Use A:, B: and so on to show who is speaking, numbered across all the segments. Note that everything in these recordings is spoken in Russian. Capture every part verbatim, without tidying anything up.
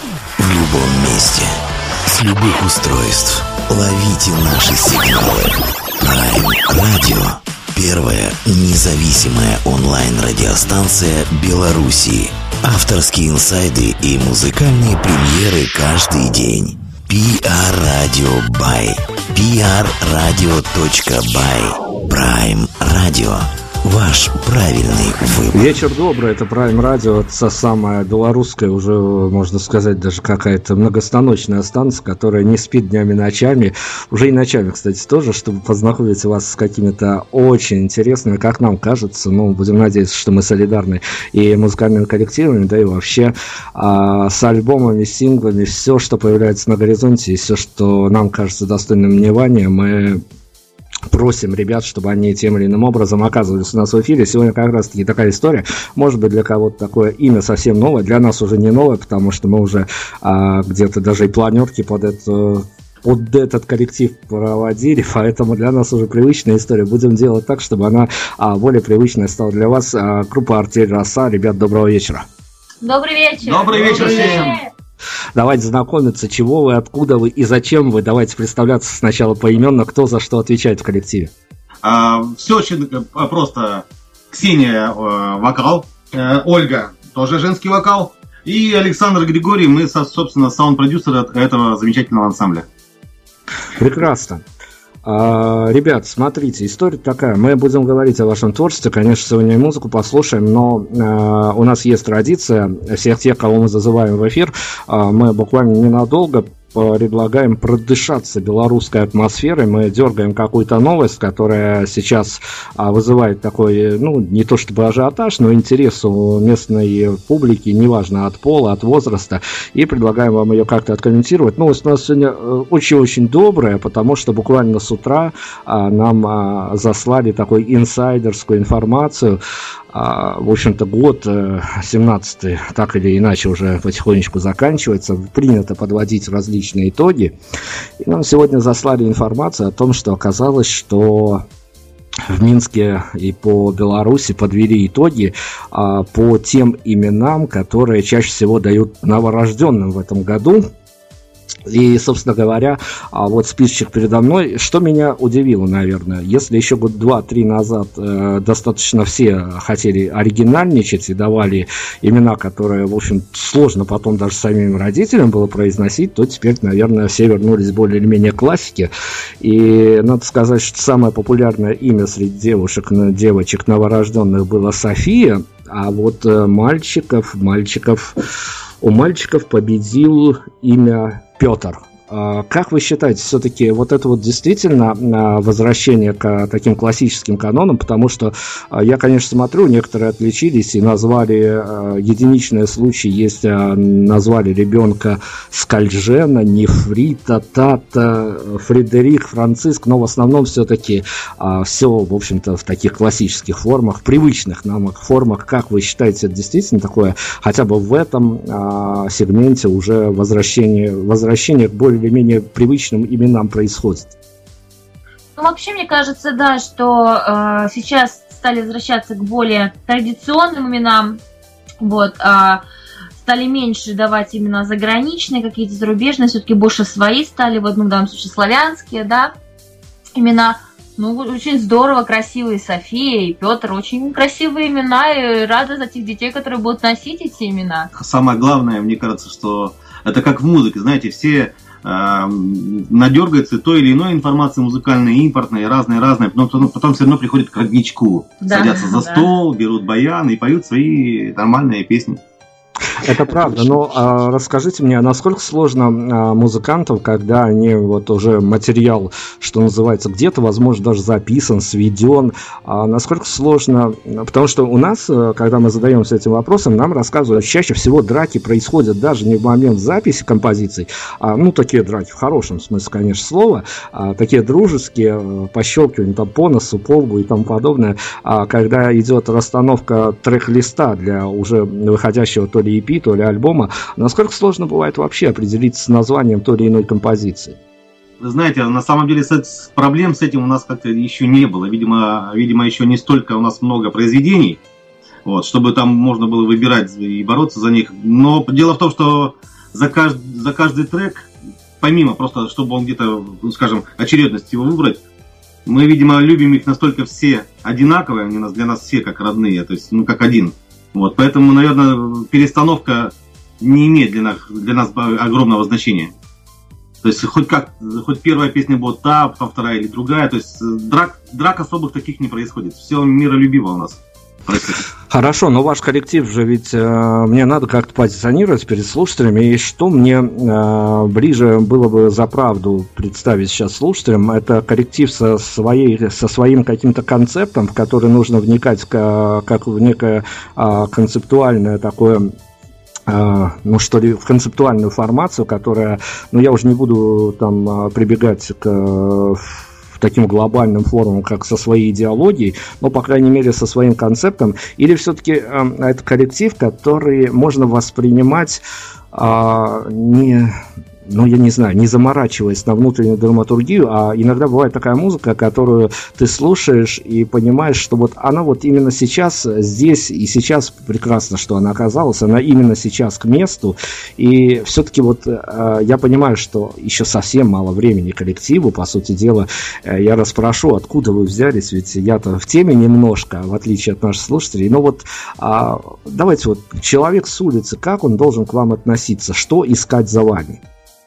A: В любом месте, с любых устройств. Ловите наши сигналы. Prime Radio. Первая независимая онлайн-радиостанция Беларуси. Авторские инсайды и музыкальные премьеры каждый день. пи ар Radio by пи ар радио точка бай. Prime Radio. Ваш правильный выбор.
B: Вечер добрый, это Prime Radio, это самая белорусская, уже, можно сказать, даже какая-то многостаночная станция, которая не спит днями и ночами, уже и ночами, кстати, тоже, чтобы познакомить вас с какими-то очень интересными, как нам кажется, ну, будем надеяться, что мы солидарны и музыкальными коллективами, да и вообще а, с альбомами, синглами, все, что появляется на горизонте, и все, что нам кажется достойным внимания, мы просим ребят, чтобы они тем или иным образом оказывались у нас в эфире. Сегодня как раз-таки такая история. Может быть, для кого-то такое имя совсем новое. Для нас уже не новое, потому что мы уже а, где-то даже и планерки под это... под этот коллектив проводили, поэтому для нас уже привычная история. Будем делать так, чтобы она а, более привычной стала для вас. А, группа «Артель Роса». Ребят, доброго вечера.
C: Добрый вечер.
D: Добрый вечер всем.
B: Давайте знакомиться, чего вы, откуда вы и зачем вы. Давайте представляться сначала поименно, кто за что отвечает в коллективе.
D: А, все очень просто. Ксения э, вокал, э, Ольга тоже женский вокал, и Александр Григорий, мы, собственно, саунд-продюсеры этого замечательного ансамбля.
B: Прекрасно. А, ребят, смотрите, история такая. Мы будем говорить о вашем творчестве, конечно, сегодня и музыку послушаем, но а, у нас есть традиция всех тех, кого мы зазываем в эфир, а, мы буквально ненадолго предлагаем продышаться белорусской атмосферой. Мы дергаем какую-то новость, которая сейчас а, вызывает такой, ну, не то чтобы ажиотаж, но интерес у местной публики, неважно, от пола, от возраста, и предлагаем вам ее как-то откомментировать. Новость у нас сегодня очень-очень добрая, потому что буквально с утра а, нам а, заслали такую инсайдерскую информацию. В общем-то, год семнадцатый так или иначе уже потихонечку заканчивается. Принято подводить различные итоги. И нам сегодня заслали информацию о том, что оказалось, что в Минске и по Беларуси подвели итоги по тем именам, которые чаще всего дают новорожденным в этом году. И, собственно говоря, вот списочек передо мной. Что меня удивило, наверное, если еще год два-три назад э, достаточно все хотели оригинальничать и давали имена, которые, в общем, сложно потом даже самим родителям было произносить, то теперь, наверное, все вернулись более или менее к классике. И надо сказать, что самое популярное имя среди девушек, девочек новорожденных было София, а вот э, мальчиков, мальчиков, у мальчиков победил имя Петр. Как вы считаете, все-таки вот это вот действительно возвращение к таким классическим канонам? Потому что я, конечно, смотрю, некоторые отличились и назвали единичные случаи. Есть, назвали ребенка Скальжена, Нефрита, Тата, Фредерик, Франциск, но в основном все-таки все, в общем-то, в таких классических формах, привычных нам формах. Как вы считаете, это действительно такое, хотя бы в этом сегменте уже возвращение, возвращение к более или менее привычным именам происходит?
C: Ну, вообще, мне кажется, да, что э, сейчас стали возвращаться к более традиционным именам, вот, э, стали меньше давать имена заграничные, какие-то зарубежные, все-таки больше свои стали, вот, ну, в данном случае славянские, да, имена. Ну, очень здорово, красивые София и Петр, очень красивые имена, и рада за этих детей, которые будут носить эти имена.
D: Самое главное, мне кажется, что это как в музыке, знаете, все надергается той или иной информации музыкальной, импортной, разной-разной, но потом, потом все равно приходят к родничку, да, садятся за да. стол, берут баян и поют свои нормальные песни.
B: Это правда, но а, расскажите мне, насколько сложно а, музыкантам, когда они вот уже материал, что называется, где-то, возможно, даже записан, сведен, а, насколько сложно, потому что у нас, когда мы задаемся этим вопросом, нам рассказывают, чаще всего драки происходят даже не в момент записи композиций, а, ну, такие драки в хорошем смысле, конечно, слова, а, такие дружеские, пощелкивания там по носу, по лбу и тому подобное, а, когда идет расстановка трек-листа для уже выходящего то ли и пи, то ли альбома, насколько сложно бывает вообще определиться с названием той или иной композиции?
D: Вы знаете, на самом деле с, проблем с этим у нас как-то еще не было. Видимо, видимо, еще не столько у нас много произведений, вот, чтобы там можно было выбирать и бороться за них. Но дело в том, что за каждый, за каждый трек, помимо просто, чтобы он где-то, ну, скажем, очередность его выбрать, мы, видимо, любим их настолько все одинаковые, они нас, для нас все как родные, то есть, ну, как один. Вот, поэтому, наверное, перестановка не имеет для нас, для нас огромного значения. То есть хоть как, хоть первая песня будет та, а вторая или другая, то есть драк, драк особых таких не происходит. Все миролюбиво у нас. Простите.
B: Хорошо, но ваш коллектив же ведь э, мне надо как-то позиционировать перед слушателями, и что мне э, ближе было бы за правду представить сейчас слушателям, это коллектив со, своей, со своим каким-то концептом, в который нужно вникать как, как в некое э, концептуальное такое... ну что ли, в концептуальную формацию, которая, ну я уже не буду там прибегать к таким глобальным форумам, как со своей идеологией, но, по крайней мере, со своим концептом, или все-таки э, это коллектив, который можно воспринимать э, не... ну, я не знаю, не заморачиваясь на внутреннюю драматургию, а иногда бывает такая музыка, которую ты слушаешь и понимаешь, что вот она вот именно сейчас, здесь и сейчас прекрасно, что она оказалась, она именно сейчас к месту, и все-таки вот э, я понимаю, что еще совсем мало времени коллективу, по сути дела, э, я расспрошу, откуда вы взялись, ведь я-то в теме немножко, в отличие от наших слушателей, но вот э, давайте вот, человек с улицы, как он должен к вам относиться, что искать за вами?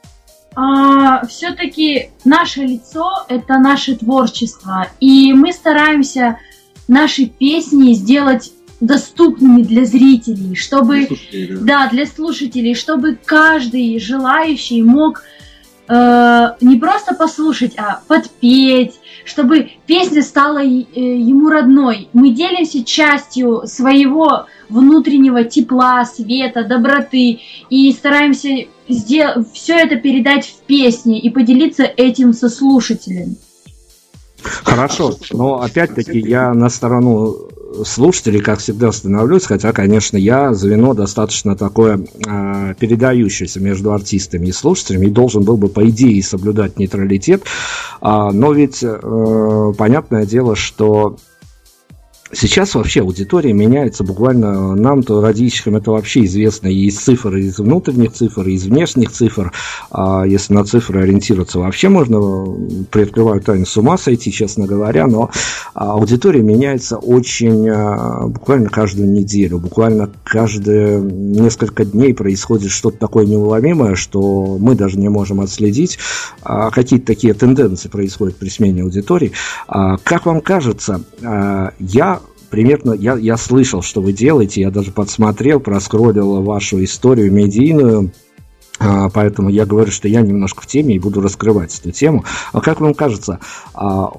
C: А, все-таки наше лицо – это наше творчество, и мы стараемся наши песни сделать доступными для зрителей, чтобы, для слушателей, да. Да, для слушателей, чтобы каждый желающий мог э, не просто послушать, а подпеть, чтобы песня стала э, ему родной. Мы делимся частью своего внутреннего тепла, света, доброты и стараемся сдел- все это передать в песне и поделиться этим со слушателем.
B: Хорошо, но опять-таки я на сторону слушателей, как всегда, становлюсь, хотя, конечно, я звено достаточно такое э, передающееся между артистами и слушателями, и должен был бы, по идее, соблюдать нейтралитет, а, но ведь э, понятное дело, что сейчас вообще аудитория меняется буквально, нам-то, радищикам, это вообще известно и из цифр, и из внутренних цифр, и из внешних цифр. А если на цифры ориентироваться, вообще можно, приоткрываю тайну, с ума сойти, честно говоря, но аудитория меняется очень буквально каждую неделю, буквально каждые несколько дней происходит что-то такое неуловимое, что мы даже не можем отследить. Какие-то такие тенденции происходят при смене аудитории. Как вам кажется, я примерно, я, я слышал, что вы делаете, я даже подсмотрел, проскроллил вашу историю медийную, а, поэтому я говорю, что я немножко в теме и буду раскрывать эту тему. А как вам кажется, а,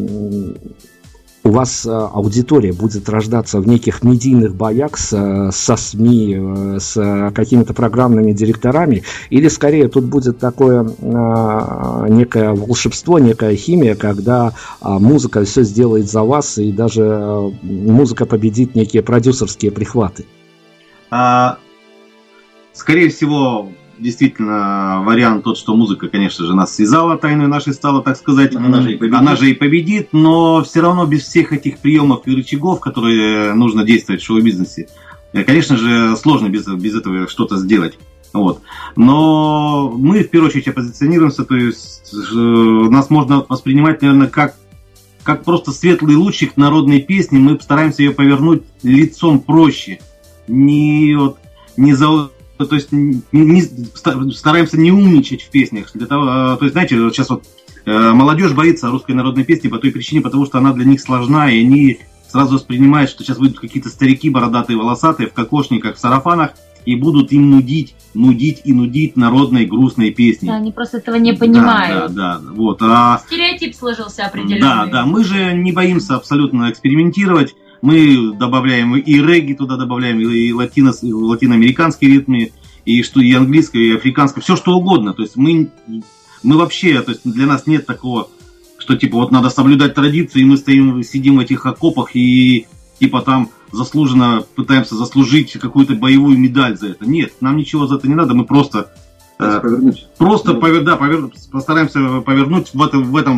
B: у вас аудитория будет рождаться в неких медийных боях с, со СМИ, с какими-то программными директорами, или скорее тут будет такое а, некое волшебство, некая химия, когда а, музыка все сделает за вас, и даже а, музыка победит некие продюсерские прихваты?
D: А, скорее всего, действительно, вариант тот, что музыка, конечно же, нас связала, тайной нашей стала, так сказать. Она же и победит. Она же и победит, но все равно без всех этих приемов и рычагов, которые нужно действовать в шоу-бизнесе, конечно же, сложно без, без этого что-то сделать. Вот. Но мы, в первую очередь, оппозиционируемся, то есть нас можно воспринимать, наверное, как, как просто светлый лучик народной песни. Мы стараемся ее повернуть лицом проще. Не, вот, не за... То есть не, не, стараемся не умничать в песнях. Для того, то есть, знаете, вот сейчас вот э, молодежь боится русской народной песни по той причине, потому что она для них сложна, и они сразу воспринимают, что сейчас выйдут какие-то старики бородатые, волосатые, в кокошниках, в сарафанах, и будут им нудить, нудить и нудить народной грустной песней.
C: Да, они просто этого не понимают.
D: Да, да, да. Вот, а...
C: Стереотип сложился определенный.
D: Да, да, мы же не боимся абсолютно экспериментировать. Мы добавляем и регги туда добавляем, и латино, и латиноамериканские ритмы, и что и английское, и африканское, все что угодно. То есть мы, мы вообще, то есть для нас нет такого, что типа вот надо соблюдать традиции, и мы стоим, сидим в этих окопах и типа там заслуженно пытаемся заслужить какую-то боевую медаль за это. Нет, нам ничего за это не надо, мы просто, э, просто повер, да, повер, постараемся повернуть в, это, в этом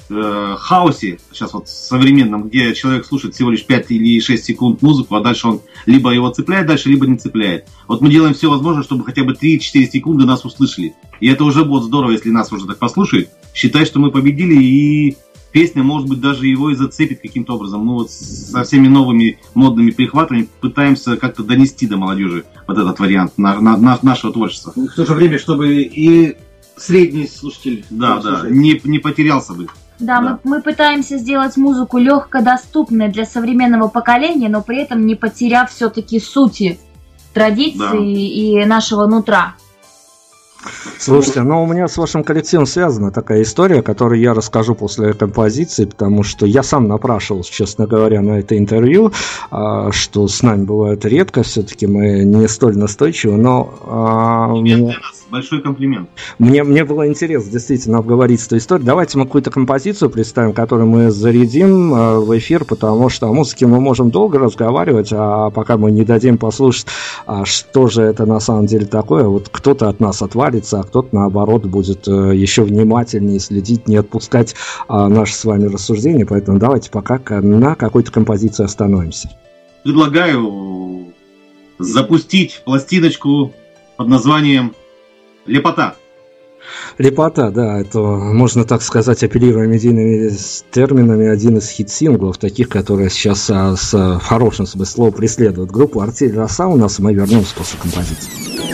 D: э, хаосе, сейчас вот современном, где человек слушает всего лишь пять или шесть секунд музыку, а дальше он либо его цепляет дальше, либо не цепляет. Вот мы делаем все возможное, чтобы хотя бы три-четыре секунды нас услышали. И это уже будет здорово, если нас уже так послушают. Считай, что мы победили, и песня, может быть, даже его и зацепит каким-то образом. Ну вот со всеми новыми модными перехватами пытаемся как-то донести до молодежи вот этот вариант на, на, на, нашего творчества.
E: В то же время, чтобы и средний слушатель
D: да, да, не, не потерялся бы.
C: Да, да. Мы, мы пытаемся сделать музыку легкодоступной для современного поколения, но при этом не потеряв все-таки сути традиций да. и нашего нутра.
B: Слушайте, ну у меня с вашим коллективом связана такая история, которую я расскажу после композиции, потому что я сам напрашивался, честно говоря, на это интервью, что с нами бывает редко, все-таки мы не столь настойчивы, но...
D: Мне... Для нас большой комплимент.
B: Мне, мне было интересно действительно обговорить эту историю. Давайте мы какую-то композицию представим, которую мы зарядим в эфир, потому что о музыке мы можем долго разговаривать, а пока мы не дадим послушать, что же это на самом деле такое, вот кто-то от нас отвалится, а кто-то, наоборот, будет еще внимательнее следить, не отпускать наши с вами рассуждения. Поэтому давайте пока на какой-то композиции остановимся.
D: Предлагаю запустить пластиночку под названием «Лепота».
B: Лепота, да, это, можно так сказать, апеллируя медийными терминами, один из хит-синглов, таких, которые сейчас а, с, в хорошем смысле слова преследуют группу «Артель Роса». У нас мы вернемся после композиции.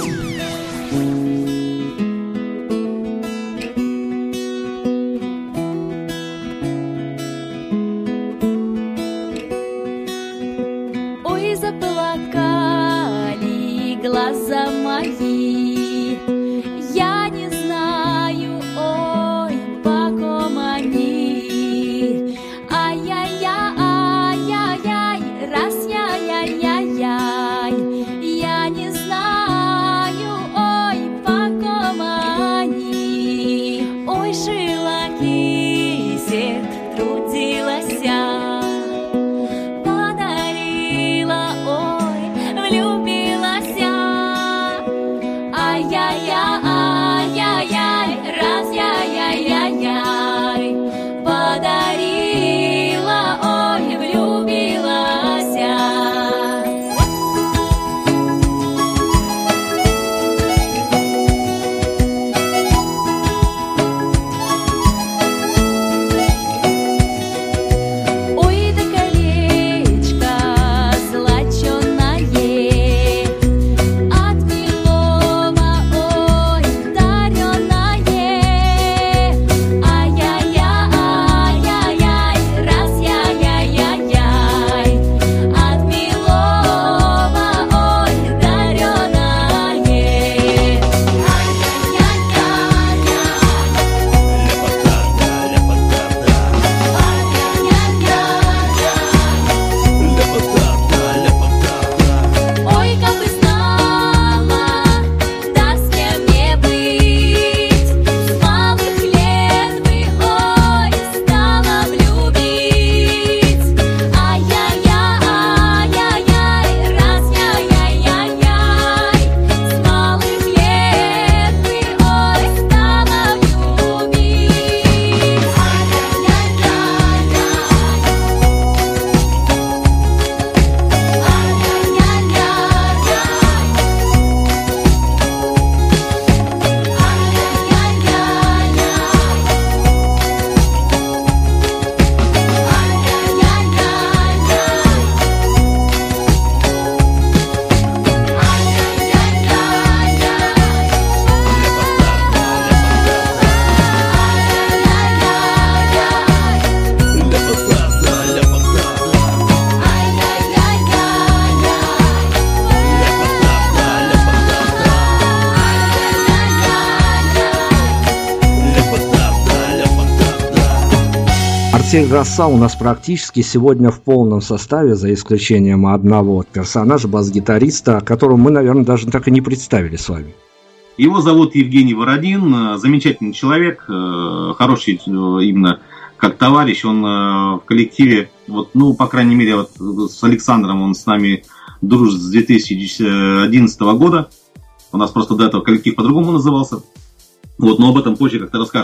F: Ой, заплакали глаза мои, я не знаю, ой, по ком они. Ай-яй-яй, ай-яй-яй, раз яй-яй-яй-яй, я не знаю, ой, по ком они. Ой, шила кисет, трудилась,
B: «Артель Роса» у нас практически сегодня в полном составе, за исключением одного персонажа, бас-гитариста, которого мы, наверное, даже так и не представили с вами.
D: Его зовут Евгений Вородин, замечательный человек, хороший именно как товарищ, он в коллективе, вот, ну, по крайней мере, вот с Александром он с нами дружит с две тысячи одиннадцатого года, у нас просто до этого коллектив по-другому назывался, вот, но об этом позже как-то расскажем.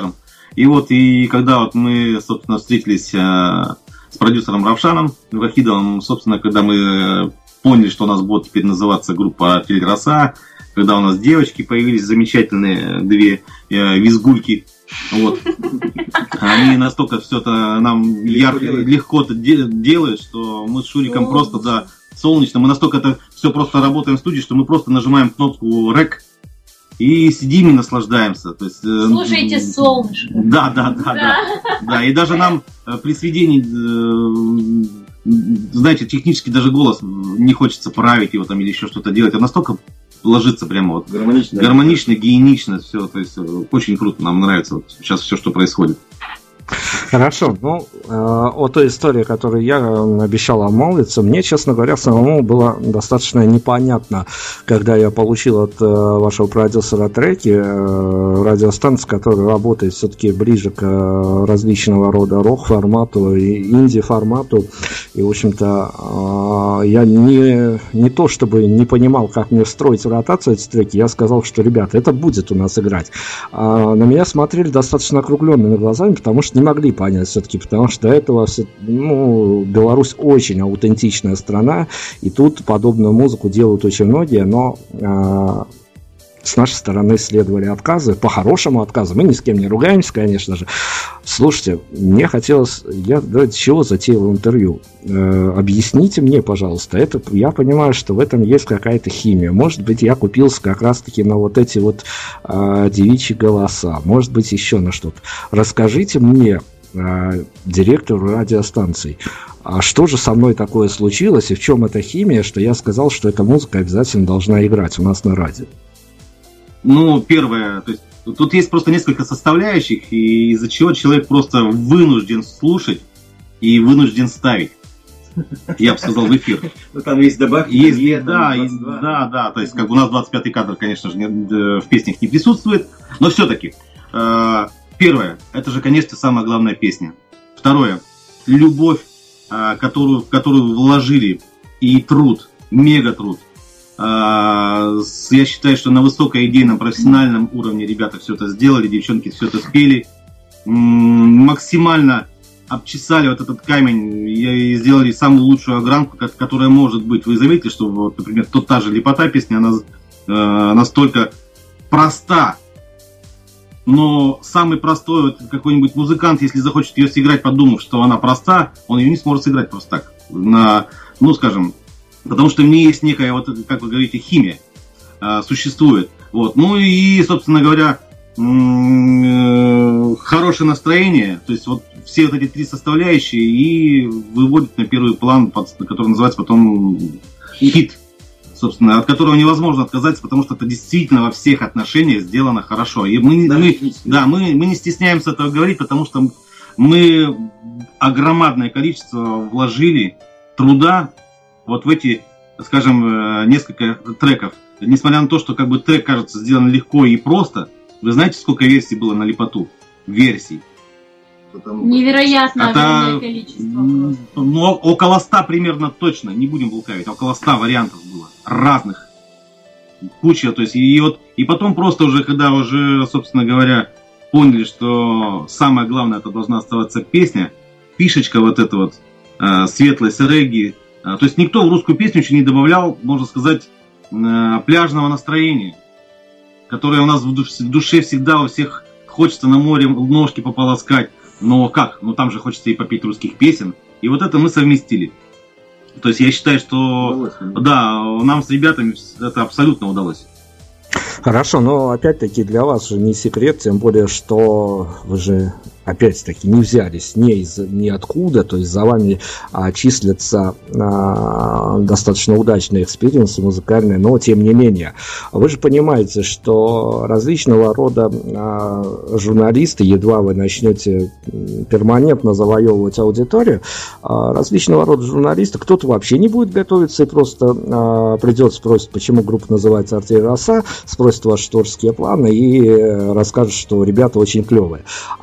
D: И вот, и когда вот мы, собственно, встретились э, с продюсером Равшаном Вахидовым, собственно, когда мы поняли, что у нас будет теперь называться группа «Телероса», когда у нас девочки появились замечательные, две э, визгульки, вот. Они настолько все это нам ярко, легко -то делают, что мы с Шуриком просто, да, солнечно, мы настолько это все просто работаем в студии, что мы просто нажимаем кнопку рек и сидим и наслаждаемся. То есть,
C: слушайте э, солнышко.
D: Да, да, да, да, да, да. И даже нам э, при сведении, э, знаете, технически даже голос не хочется править его там или еще что-то делать, он настолько ложится прямо вот гармонично, гармонично, гигиенично, все, то есть очень круто, нам нравится вот сейчас все, что происходит.
B: Хорошо, ну, э, о той истории, которую я обещал обмолвиться, мне, честно говоря, самому было достаточно непонятно, когда я получил от э, вашего продюсера треки, э, радиостанции, которая работает все-таки ближе к э, различного рода рок-формату и инди-формату, и, в общем-то, э, я не, не то чтобы не понимал, как мне встроить в ротацию эти треки, я сказал, что, ребята, это будет у нас играть. А на меня смотрели достаточно округленными глазами, потому что не могли понять все-таки, потому что до этого все, ну, Беларусь очень аутентичная страна, и тут подобную музыку делают очень многие, но э, с нашей стороны следовали отказы, по-хорошему отказы, мы ни с кем не ругаемся, конечно же. Слушайте, мне хотелось, я для чего затеял интервью, э, объясните мне, пожалуйста, это, я понимаю, что в этом есть какая-то химия, может быть, я купился как раз-таки на вот эти вот э, девичьи голоса, может быть, еще на что-то. Расскажите мне, директору радиостанций, а что же со мной такое случилось и в чем эта химия, что я сказал, что эта музыка обязательно должна играть у нас на радио?
D: Ну, первое, то есть тут есть просто несколько составляющих, и из-за чего человек просто вынужден слушать и вынужден ставить. Я бы сказал, в эфир.
E: Ну, там есть добавки.
D: Есть, е, да, есть, да, да, то есть как бы у нас двадцать пятый кадр, конечно же, не, в песнях не присутствует, но все-таки э, первое, это же, конечно, самая главная песня. Второе, любовь, которую, которую вложили, и труд, мега труд. Я считаю, что на высокоидейном профессиональном уровне ребята все это сделали, девчонки все это спели. Максимально обчесали вот этот камень и сделали самую лучшую огранку, которая может быть. Вы заметили, что, вот, например, тот та же «Лепота» песня, она настолько проста. Но самый простой вот, какой-нибудь музыкант, если захочет ее сыграть, подумав, что она проста, он ее не сможет сыграть просто так. На, ну, скажем, потому что в ней есть некая, вот, как вы говорите, химия э, существует. Вот. Ну и, собственно говоря, м- хорошее настроение, то есть вот все вот эти три составляющие и выводит на первый план, под, который называется потом хит. Собственно, от которого невозможно отказаться, потому что это действительно во всех отношениях сделано хорошо. И мы, да, мы, да, мы, мы не стесняемся этого говорить, потому что мы огромное количество вложили труда вот в эти, скажем, несколько треков. Несмотря на то, что как бы трек кажется сделан легко и просто, вы знаете, сколько версий было на «Лепоту»? Версий.
C: Невероятно огромное количество.
D: Ну, около ста примерно точно, не будем лукавить, около ста вариантов было, разных. Куча, то есть, и вот, и потом просто уже, когда уже, собственно говоря, поняли, что самое главное, это должна оставаться песня, фишечка вот эта вот, э, светлость регги, э, то есть никто в русскую песню еще не добавлял, можно сказать, э, пляжного настроения, которое у нас в душе, в душе всегда у всех хочется на море ножки пополоскать. Но как? Ну там же хочется и попеть русских песен. И вот это мы совместили. То есть я считаю, что удалось, да, нам с ребятами это абсолютно удалось.
B: Хорошо, но опять-таки для вас же не секрет, тем более, что вы же опять-таки не взялись ни из ниоткуда, то есть за вами а, числятся а, достаточно удачные экспириенсы музыкальные, но тем не менее. Вы же понимаете, что различного рода а, журналисты, едва вы начнете перманентно завоевывать аудиторию, а, различного рода журналисты, кто-то вообще не будет готовиться и просто а, придет, спросит, почему группа называется «Артель-Роса», спросит ваши творческие планы и расскажет, что ребята очень клевые. А кто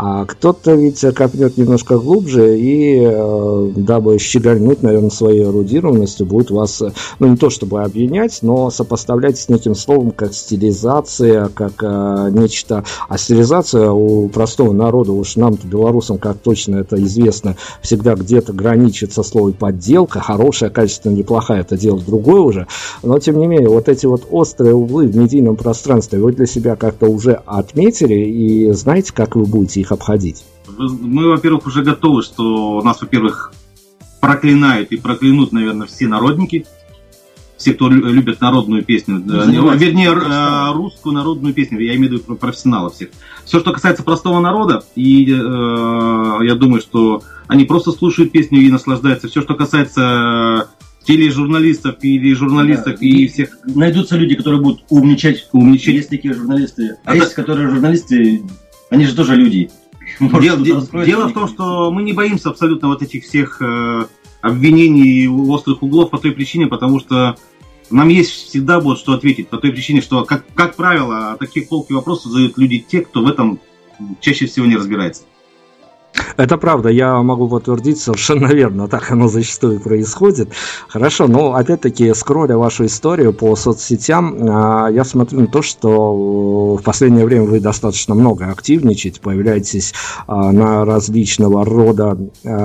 B: кто-то ведь копнет немножко глубже и, э, дабы щегольнуть, наверное, своей эрудированностью, будет вас, ну, не то чтобы обвинять, но сопоставлять с неким словом, как стилизация, как э, нечто. А стилизация у простого народа, уж нам-то, белорусам, как точно это известно, всегда где-то граничит со словом подделка. Хорошая, качественная, неплохая, это дело другое уже. Но, тем не менее, вот эти вот острые углы в медийном пространстве вы для себя как-то уже отметили и знаете, как вы будете их обходить?
D: Мы, во-первых, уже готовы, что нас, во-первых, проклинают и проклянут, наверное, все народники, все, кто любит народную песню, ну, вернее, русскую народную песню, я имею в виду профессионалов всех. Все, что касается простого народа, и э, я думаю, что они просто слушают песню и наслаждаются. Все, что касается тележурналистов или журналистов, да, и всех...
E: Найдутся люди, которые будут умничать. умничать. Есть такие журналисты. А, а есть, которые журналисты, они же тоже люди.
D: Может, дело дело в том, что мы не боимся абсолютно вот этих всех э, обвинений и острых углов по той причине, потому что нам есть всегда будет что ответить. По той причине, что, как, как правило, такие колкие вопросы задают люди те, кто в этом чаще всего не разбирается.
B: Это правда, я могу подтвердить, совершенно верно, так оно зачастую происходит. Хорошо, но опять-таки, скролля вашу историю по соцсетям, я смотрю на то, что в последнее время вы достаточно много активничаете, появляетесь на различного рода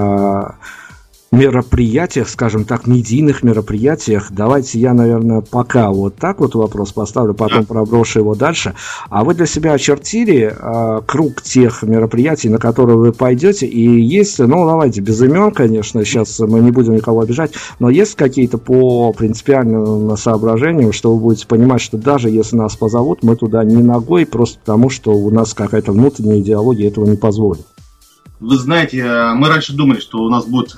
B: мероприятиях, скажем так, медийных мероприятиях. Давайте я, наверное, пока вот так вот вопрос поставлю, потом проброшу его дальше. А вы для себя очертили э, круг тех мероприятий, на которые вы пойдете, и есть, ну, давайте, без имен, конечно, сейчас мы не будем никого обижать, но есть какие-то по принципиальным соображениям, что вы будете понимать, что даже если нас позовут, мы туда не ногой, просто потому, что у нас какая-то внутренняя идеология этого не позволит.
D: Вы знаете, мы раньше думали, что у нас будет,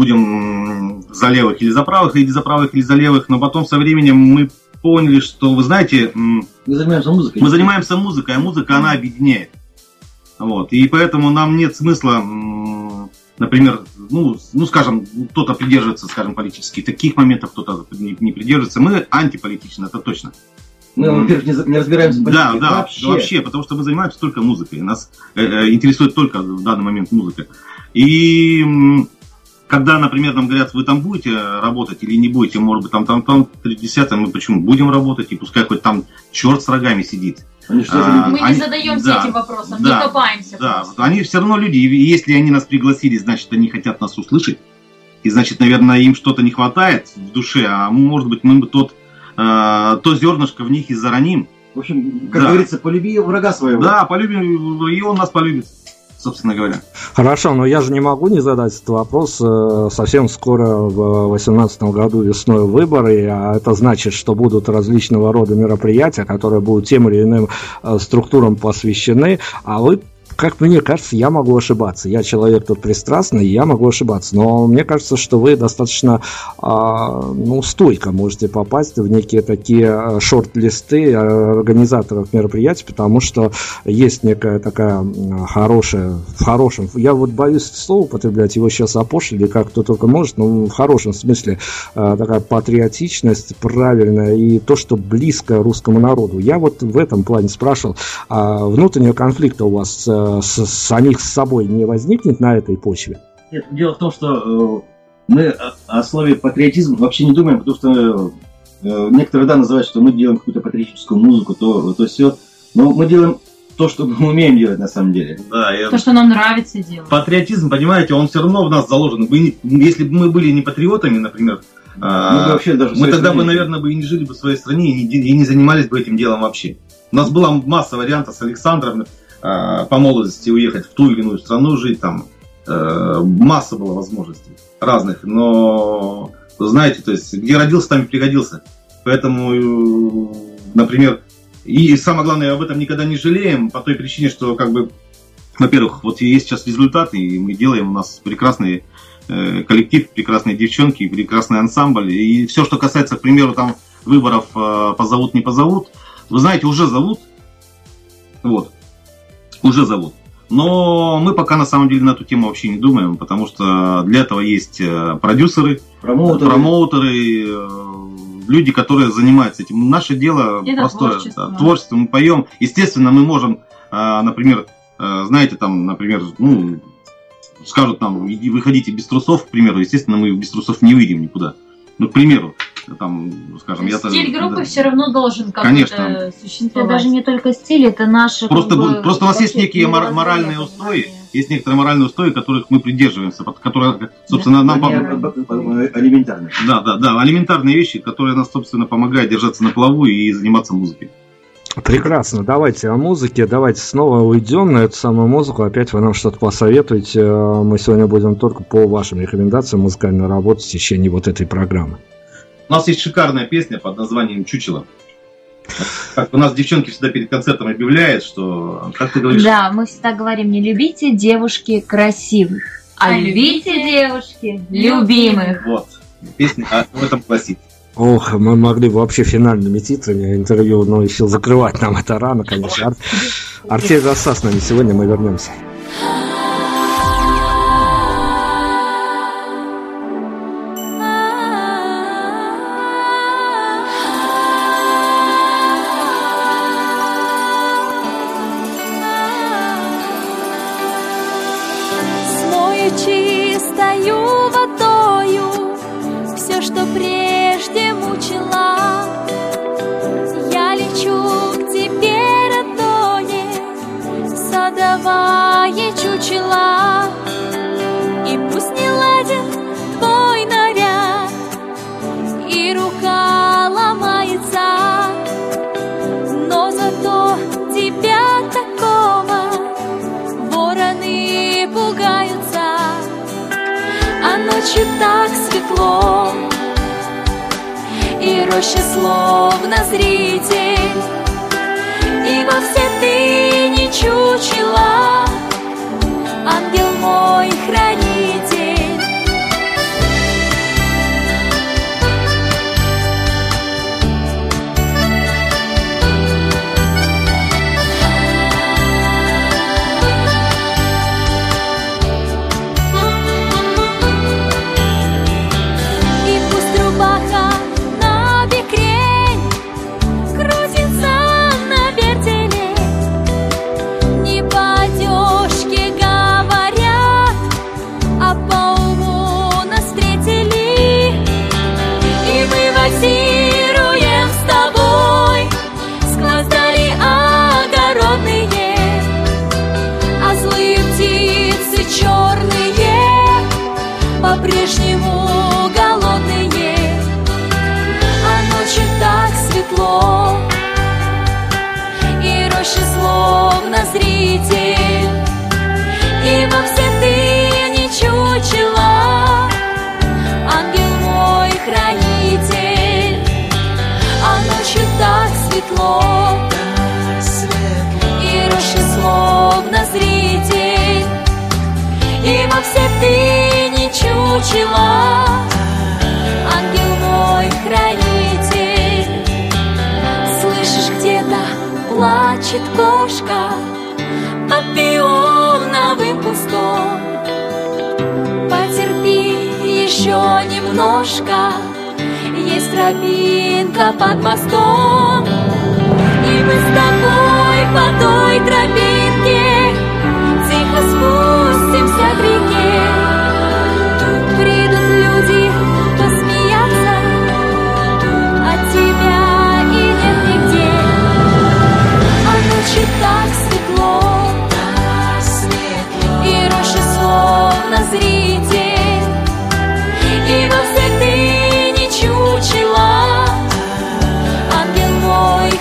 D: будем за левых или за правых, или за правых или за левых, но потом со временем мы поняли, что, вы знаете, мы
E: занимаемся музыкой.
D: Мы занимаемся музыкой, а музыка, она объединяет. Вот. И поэтому нам нет смысла, например, ну, ну скажем, кто-то придерживается, скажем, политически таких моментов, кто-то не, не придерживается. Мы антиполитичны, это точно.
E: Мы, во-первых, не, не разбираемся в политике.
D: Да, да, вообще. вообще, потому что мы занимаемся только музыкой. Нас э, э, интересует только в данный момент музыка. И м, когда, например, нам говорят, вы там будете работать или не будете, может быть, там, там, там, тридцатое, мы почему? Будем работать, и пускай хоть там черт с рогами сидит.
C: Они что, а, мы они, не задаемся да, этим вопросом, да, не копаемся. Да,
D: просто. Они все равно люди, и если они нас пригласили, значит, они хотят нас услышать. И, значит, наверное, им что-то не хватает в душе, а может быть, мы бы тот... то зернышко в них и зароним.
E: В общем, как да. говорится, полюби врага своего.
D: Да, полюбим, и он нас полюбит, собственно говоря.
B: Хорошо, но я же не могу не задать этот вопрос. Совсем скоро в две тысячи восемнадцатом году весной выборы, а это значит, что будут различного рода мероприятия, которые будут тем или иным структурам посвящены, а вы, как мне кажется, я могу ошибаться. Я человек тут пристрастный, я могу ошибаться. Но мне кажется, что вы достаточно э, ну, стойко можете попасть в некие такие шорт-листы организаторов мероприятий, потому что есть некая такая хорошая, в хорошем, я вот боюсь слова употреблять, его сейчас опошлили, как кто только может, но в хорошем смысле э, такая патриотичность правильная и то, что близко русскому народу. Я вот в этом плане спрашивал, а внутреннего конфликта у вас С, самих с собой не возникнет на этой почве?
E: Нет, дело в том, что э, мы о, о слове патриотизм вообще не думаем, потому что э, некоторые да, называют, что мы делаем какую-то патриотическую музыку, то, то все. Но мы делаем то, что мы умеем делать на самом деле.
C: Да, я... То, что нам нравится делать.
D: Патриотизм, понимаете, он все равно в нас заложен. Мы, если бы мы были не патриотами, например, мы, э, вообще даже мы тогда бы, наверное, бы и не жили бы в своей стране и не, и не занимались бы этим делом вообще. У нас была масса вариантов с Александром, по молодости уехать в ту или иную страну, жить там. Масса было возможностей разных, но, знаете, то есть, где родился, там и пригодился. Поэтому, например, и самое главное, об этом никогда не жалеем, по той причине, что, как бы, во-первых, вот есть сейчас результаты, и мы делаем, у нас прекрасный коллектив, прекрасные девчонки, прекрасный ансамбль, и все, что касается, к примеру, там, выборов позовут, не позовут, вы знаете, уже зовут, вот, уже зовут. Но мы пока на самом деле на эту тему вообще не думаем, потому что для этого есть продюсеры, промоутеры, промоутеры люди, которые занимаются этим. Наше дело
C: это
D: простое.
C: Творчество.
D: Да, творчество, мы поем. Естественно, мы можем, например, знаете, там, например, ну, скажут нам, иди, выходите без трусов, к примеру, естественно, мы без трусов не выйдем никуда. Ну, к примеру, там, скажем, я
C: стиль группы
D: да,
C: все равно должен как-то существовать.
G: Это даже не только стиль, это наше...
D: Просто,
G: как бы,
D: просто у нас есть некие моральные устои, есть некоторые моральные устои, которых мы придерживаемся, которые, собственно,
E: да.
D: нам...
E: Элементарные.
D: Да, да, да, элементарные вещи, которые нас, собственно, помогают держаться на плаву и заниматься музыкой.
B: Прекрасно, давайте о музыке, давайте снова уйдем на эту самую музыку, опять вы нам что-то посоветуете, мы сегодня будем только по вашим рекомендациям музыкальной работы в течение вот этой программы.
D: У нас есть шикарная песня под названием «Чучело». Как у нас девчонки всегда перед концертом объявляют, что... Как ты говоришь?
G: Да, мы всегда говорим, не любите девушки красивых,
C: а любите девушки любимых.
D: Вот, песня в этом гласит.
B: Ох, мы могли бы вообще финальными титрами интервью, но еще закрывать нам это рано, конечно. Ар... Артемий Роса с нами сегодня, мы вернемся.
F: Смою чистою водою все, что прежде мучила. Я лечу к тебе, родное, садовое чучело. И пусть не ладен твой наряд, и рука ломается, но зато тебя такого вороны пугаются. А ночью так светло, и роща словно зритель, и вовсе ты не чучело, ангел мой хранитель. По-прежнему голодные, а ночью так светло, и роща словно зритель, и вовсе ты не чучело, ангел мой хранитель. А ночью так светло, и роща словно зритель, и вовсе ты не чучело, ангел мой хранитель. Слышишь, где-то плачет кошка под пионовым кустом. Потерпи еще немножко, есть тропинка под мостом, и мы с тобой по той тропинке тихо спустимся к реке. Тут придут люди посмеяться, от тебя и нет нигде. А ночью так светло, и роща словно зритель, и вовсе ты не чучело, ангел мой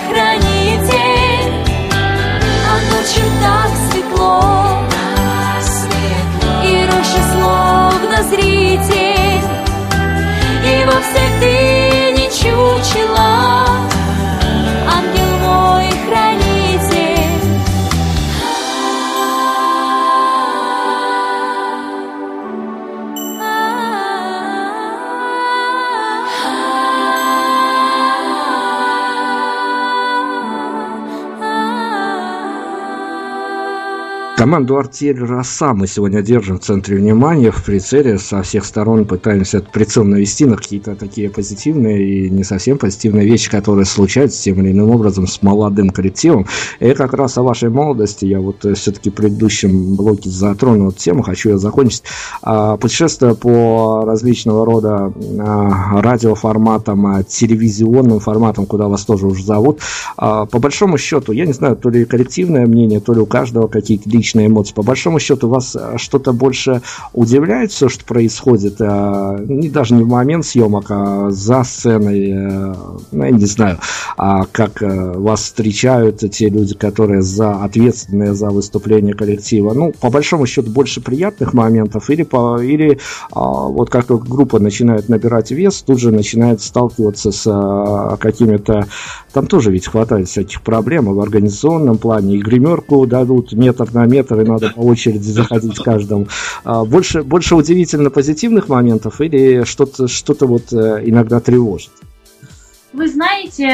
B: Команду «Артель Роса» мы сегодня держим в центре внимания, в прицеле, со всех сторон пытаемся этот прицел навести на какие-то такие позитивные и не совсем позитивные вещи, которые случаются тем или иным образом с молодым коллективом. И как раз о вашей молодости я вот все-таки в предыдущем блоке затронул эту тему, хочу ее закончить. Путешествие по различного рода радиоформатам, телевизионным форматам, куда вас тоже уже зовут. По большому счету, я не знаю, то ли коллективное мнение, то ли у каждого какие-то личные эмоции. По большому счету, вас что-то больше удивляет все, что происходит, не даже не в момент съемок, а за сценой, ну, я не знаю, как вас встречают те люди, которые за ответственные за выступление коллектива. Ну, по большому счету, больше приятных моментов, или, по, или вот как группа начинает набирать вес, тут же начинает сталкиваться с какими-то, там тоже ведь хватает всяких проблем в организационном плане, и гримерку дадут метр на метр, и надо по очереди заходить каждому. Больше, больше удивительно позитивных моментов или что-то, что-то вот иногда тревожит?
C: Вы знаете,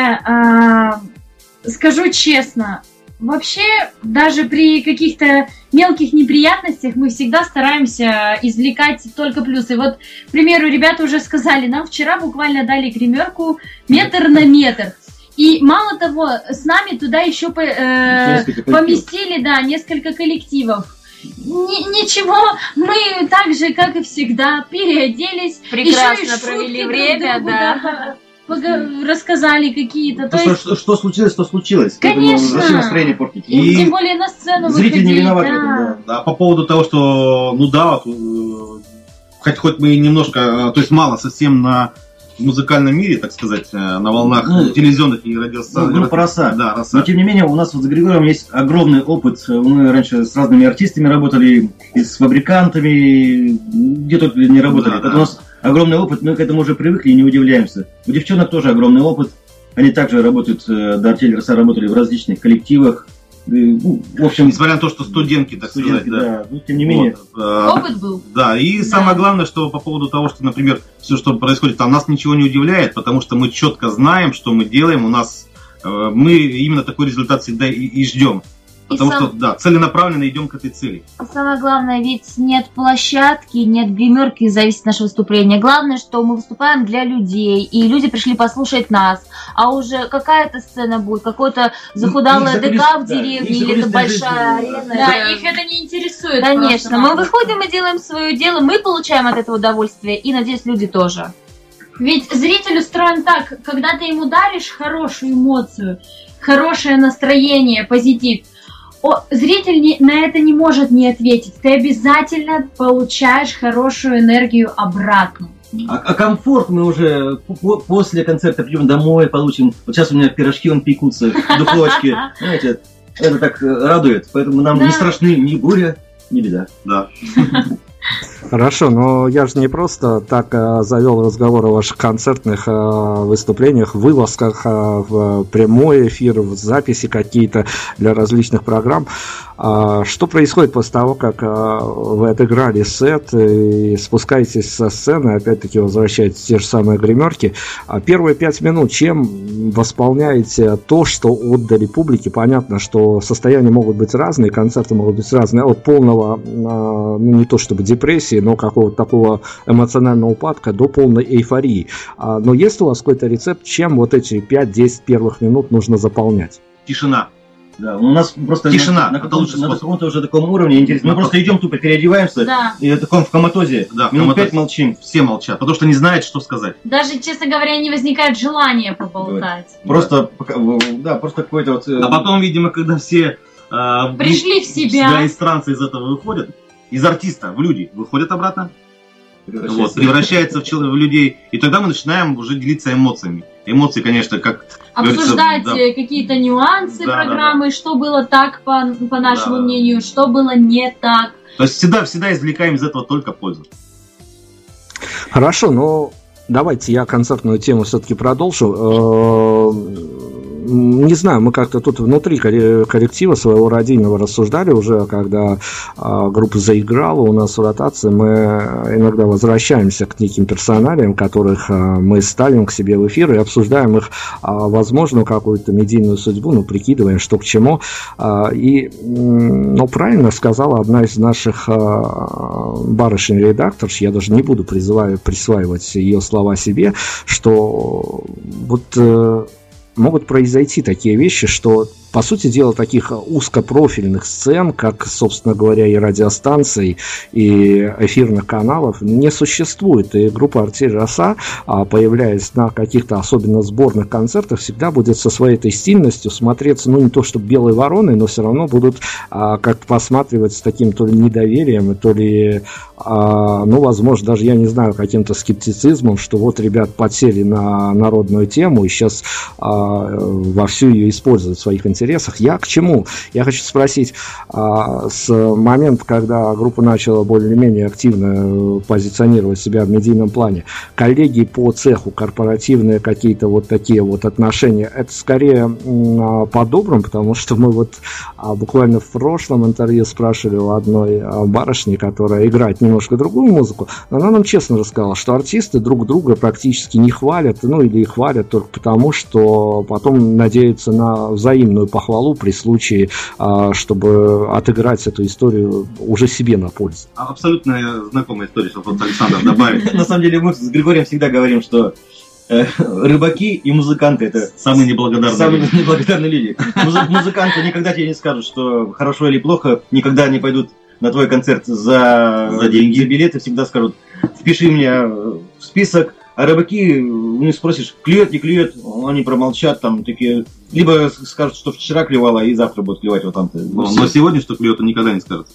C: э, скажу честно, вообще даже при каких-то мелких неприятностях мы всегда стараемся извлекать только плюсы. Вот, к примеру, ребята уже сказали, нам вчера буквально дали гримерку метр на метр. И мало того, с нами туда еще по, э, поместили, да, несколько коллективов. Ни, ничего, мы так же, как и всегда, переоделись.
G: Прекрасно
C: еще и
G: провели время,
C: другу,
G: да.
C: да. Рассказали какие-то.
E: То,
C: есть...
E: что, что случилось, то случилось.
C: Конечно.
E: Зачем настроение портить?
C: И,
D: И
C: тем более на сцену
E: зритель
C: выходить,
E: не виноват
C: да.
E: в этом, да.
D: Да, по поводу того, что, ну да, вот, хоть, хоть мы немножко, то есть мало совсем на музыкальном мире, так сказать, на волнах
E: ну,
D: телевизионных и радиостанций.
E: Ну, группа «Роса».
D: Да, «Роса».
E: Но тем не менее, у нас вот с Григорием есть огромный опыт. Мы раньше с разными артистами работали, и с фабрикантами, где тут не работали.
D: Да,
E: Это
D: да.
E: у нас огромный опыт, мы к этому уже привыкли и не удивляемся. У девчонок тоже огромный опыт. Они также работают, до «Артель Роса» работали в различных коллективах. Ну, в общем,
D: Несмотря на то, что студентки, так
E: студентки,
D: сказать, да.
E: да. Ну, тем не менее.
D: Вот, а,
C: Опыт был.
D: Да, и
C: Да.
D: самое главное, что по поводу того, что, например, все, что происходит там, нас ничего не удивляет, потому что мы четко знаем, что мы делаем, у нас э, мы именно такой результат всегда и, и ждем. Потому
C: И сам-
D: что, да, целенаправленно идем к этой цели.
C: И самое главное, ведь нет площадки, нет гримерки, зависит от нашего выступления. Главное, что мы выступаем для людей, и люди пришли послушать нас. А уже какая-то сцена будет, какое-то захудалое
E: Их
C: ДК
E: закулис-
C: в
E: да,
C: деревне,
E: их
C: или это
E: закулисная
C: большая
E: жизнь,
C: арена.
G: Да, их это не интересует.
C: Конечно, мы
G: просто-напросто.
C: выходим и делаем свое дело, мы получаем от этого удовольствие, и, надеюсь, люди тоже. Ведь зритель устроен так, когда ты ему даришь хорошую эмоцию, хорошее настроение, позитив, о, зритель не, на это не может не ответить. Ты обязательно получаешь хорошую энергию обратно.
E: А, а комфорт мы уже по- после концерта придем домой, получим. Вот сейчас у меня пирожки вон пекутся в духовочке. Знаете, это так э, радует. Поэтому нам
C: Да.
E: не страшны ни буря, ни беда.
D: Да.
B: Хорошо, но я же не просто так а, завел разговор о ваших концертных а, выступлениях, вылазках а, в прямой эфир, в записи какие-то для различных программ. А, что происходит после того, как а, вы отыграли сет и спускаетесь со сцены, опять-таки возвращаетесь в те же самые гримерки? А первые пять минут чем восполняете то, что отдали публике? Понятно, что состояния могут быть разные, концерты могут быть разные, от полного, а, ну не то чтобы депрессии, но какого-то такого эмоционального упадка до полной эйфории. А, но есть у вас какой-то рецепт, чем вот эти пять-десять первых минут нужно заполнять?
D: Тишина.
E: Да, у нас просто
D: Тишина,
E: на, на,
D: это
E: каком,
D: лучший
E: на
D: способ.
E: каком-то уже таком уровне интересно. Мы
D: Да.
E: просто идем тупо, переодеваемся
C: Да.
E: и в таком в коматозе.
D: Да, в
E: Минут
D: коматозе.
E: пять молчим.
D: Все молчат, потому что не знают, что сказать.
C: Даже, честно говоря, не возникает желания поболтать.
E: Просто, пока- да, просто какой-то вот... э,
D: А потом, видимо, когда все э,
C: Пришли в себя.
D: Да, из транса из этого выходят, из артиста в люди выходят обратно,
E: превращается.
D: вот, превращается в, чел- в людей, и тогда мы начинаем уже делиться эмоциями. Эмоции, конечно, как
C: Обсуждать
D: говорится, да.
C: э, какие-то нюансы
D: Да,
C: программы, что было так, по, по нашему
D: Да.
C: мнению, что было не так.
D: То есть всегда, всегда извлекаем из этого только пользу.
B: Хорошо, но давайте я концертную тему все-таки продолжу. не знаю, мы как-то тут внутри коллектива своего родильного рассуждали уже, когда а, группа заиграла у нас в ротации, мы иногда возвращаемся к неким персоналиям, которых а, мы ставим к себе в эфир и обсуждаем их а, возможную какую-то медийную судьбу, ну, прикидываем, что к чему. А, и, ну, правильно сказала одна из наших а, барышень-редакторш, я даже не буду призывать, присваивать ее слова себе, что вот э, могут произойти такие вещи, что, по сути дела, таких узкопрофильных сцен, как, собственно говоря, и радиостанций, и эфирных каналов, не существует. И группа «Артель Роса», появляясь на каких-то особенно сборных концертах, всегда будет со своей этой стильностью смотреться, ну, не то чтобы белой вороной, но все равно будут а, как-то посматривать с таким то ли недоверием, то ли, а, ну, возможно, даже, я не знаю, каким-то скептицизмом, что вот ребят подсели на народную тему и сейчас а, вовсю ее используют в своих интересах. интересах. Я к чему? Я хочу спросить, а, с момента, когда группа начала более-менее активно позиционировать себя в медийном плане, коллеги по цеху, корпоративные какие-то вот такие вот отношения, это скорее м, по-доброму, потому что мы вот а, буквально в прошлом интервью спрашивали у одной а, барышни, которая играет немножко другую музыку, но она нам честно рассказала, что артисты друг друга практически не хвалят, ну или хвалят только потому, что потом надеются на взаимную похвалу при случае, чтобы отыграть эту историю уже себе на пользу.
D: Абсолютно знакомая история, что вот Александр добавит.
E: На самом деле мы с Григорием всегда говорим, что рыбаки и музыканты — это
D: самые неблагодарные,
E: самые неблагодарные люди. Музыканты никогда тебе не скажут, что хорошо или плохо, никогда не пойдут на твой концерт за, за деньги, за билеты, всегда скажут: впиши меня в список. А рыбаки, у них спросишь, клюет, не клюет, они промолчат, там такие, либо скажут, что вчера клевало, и завтра будут клевать вот там-то.
D: Но, но сегодня, что клюет, он никогда не скажет.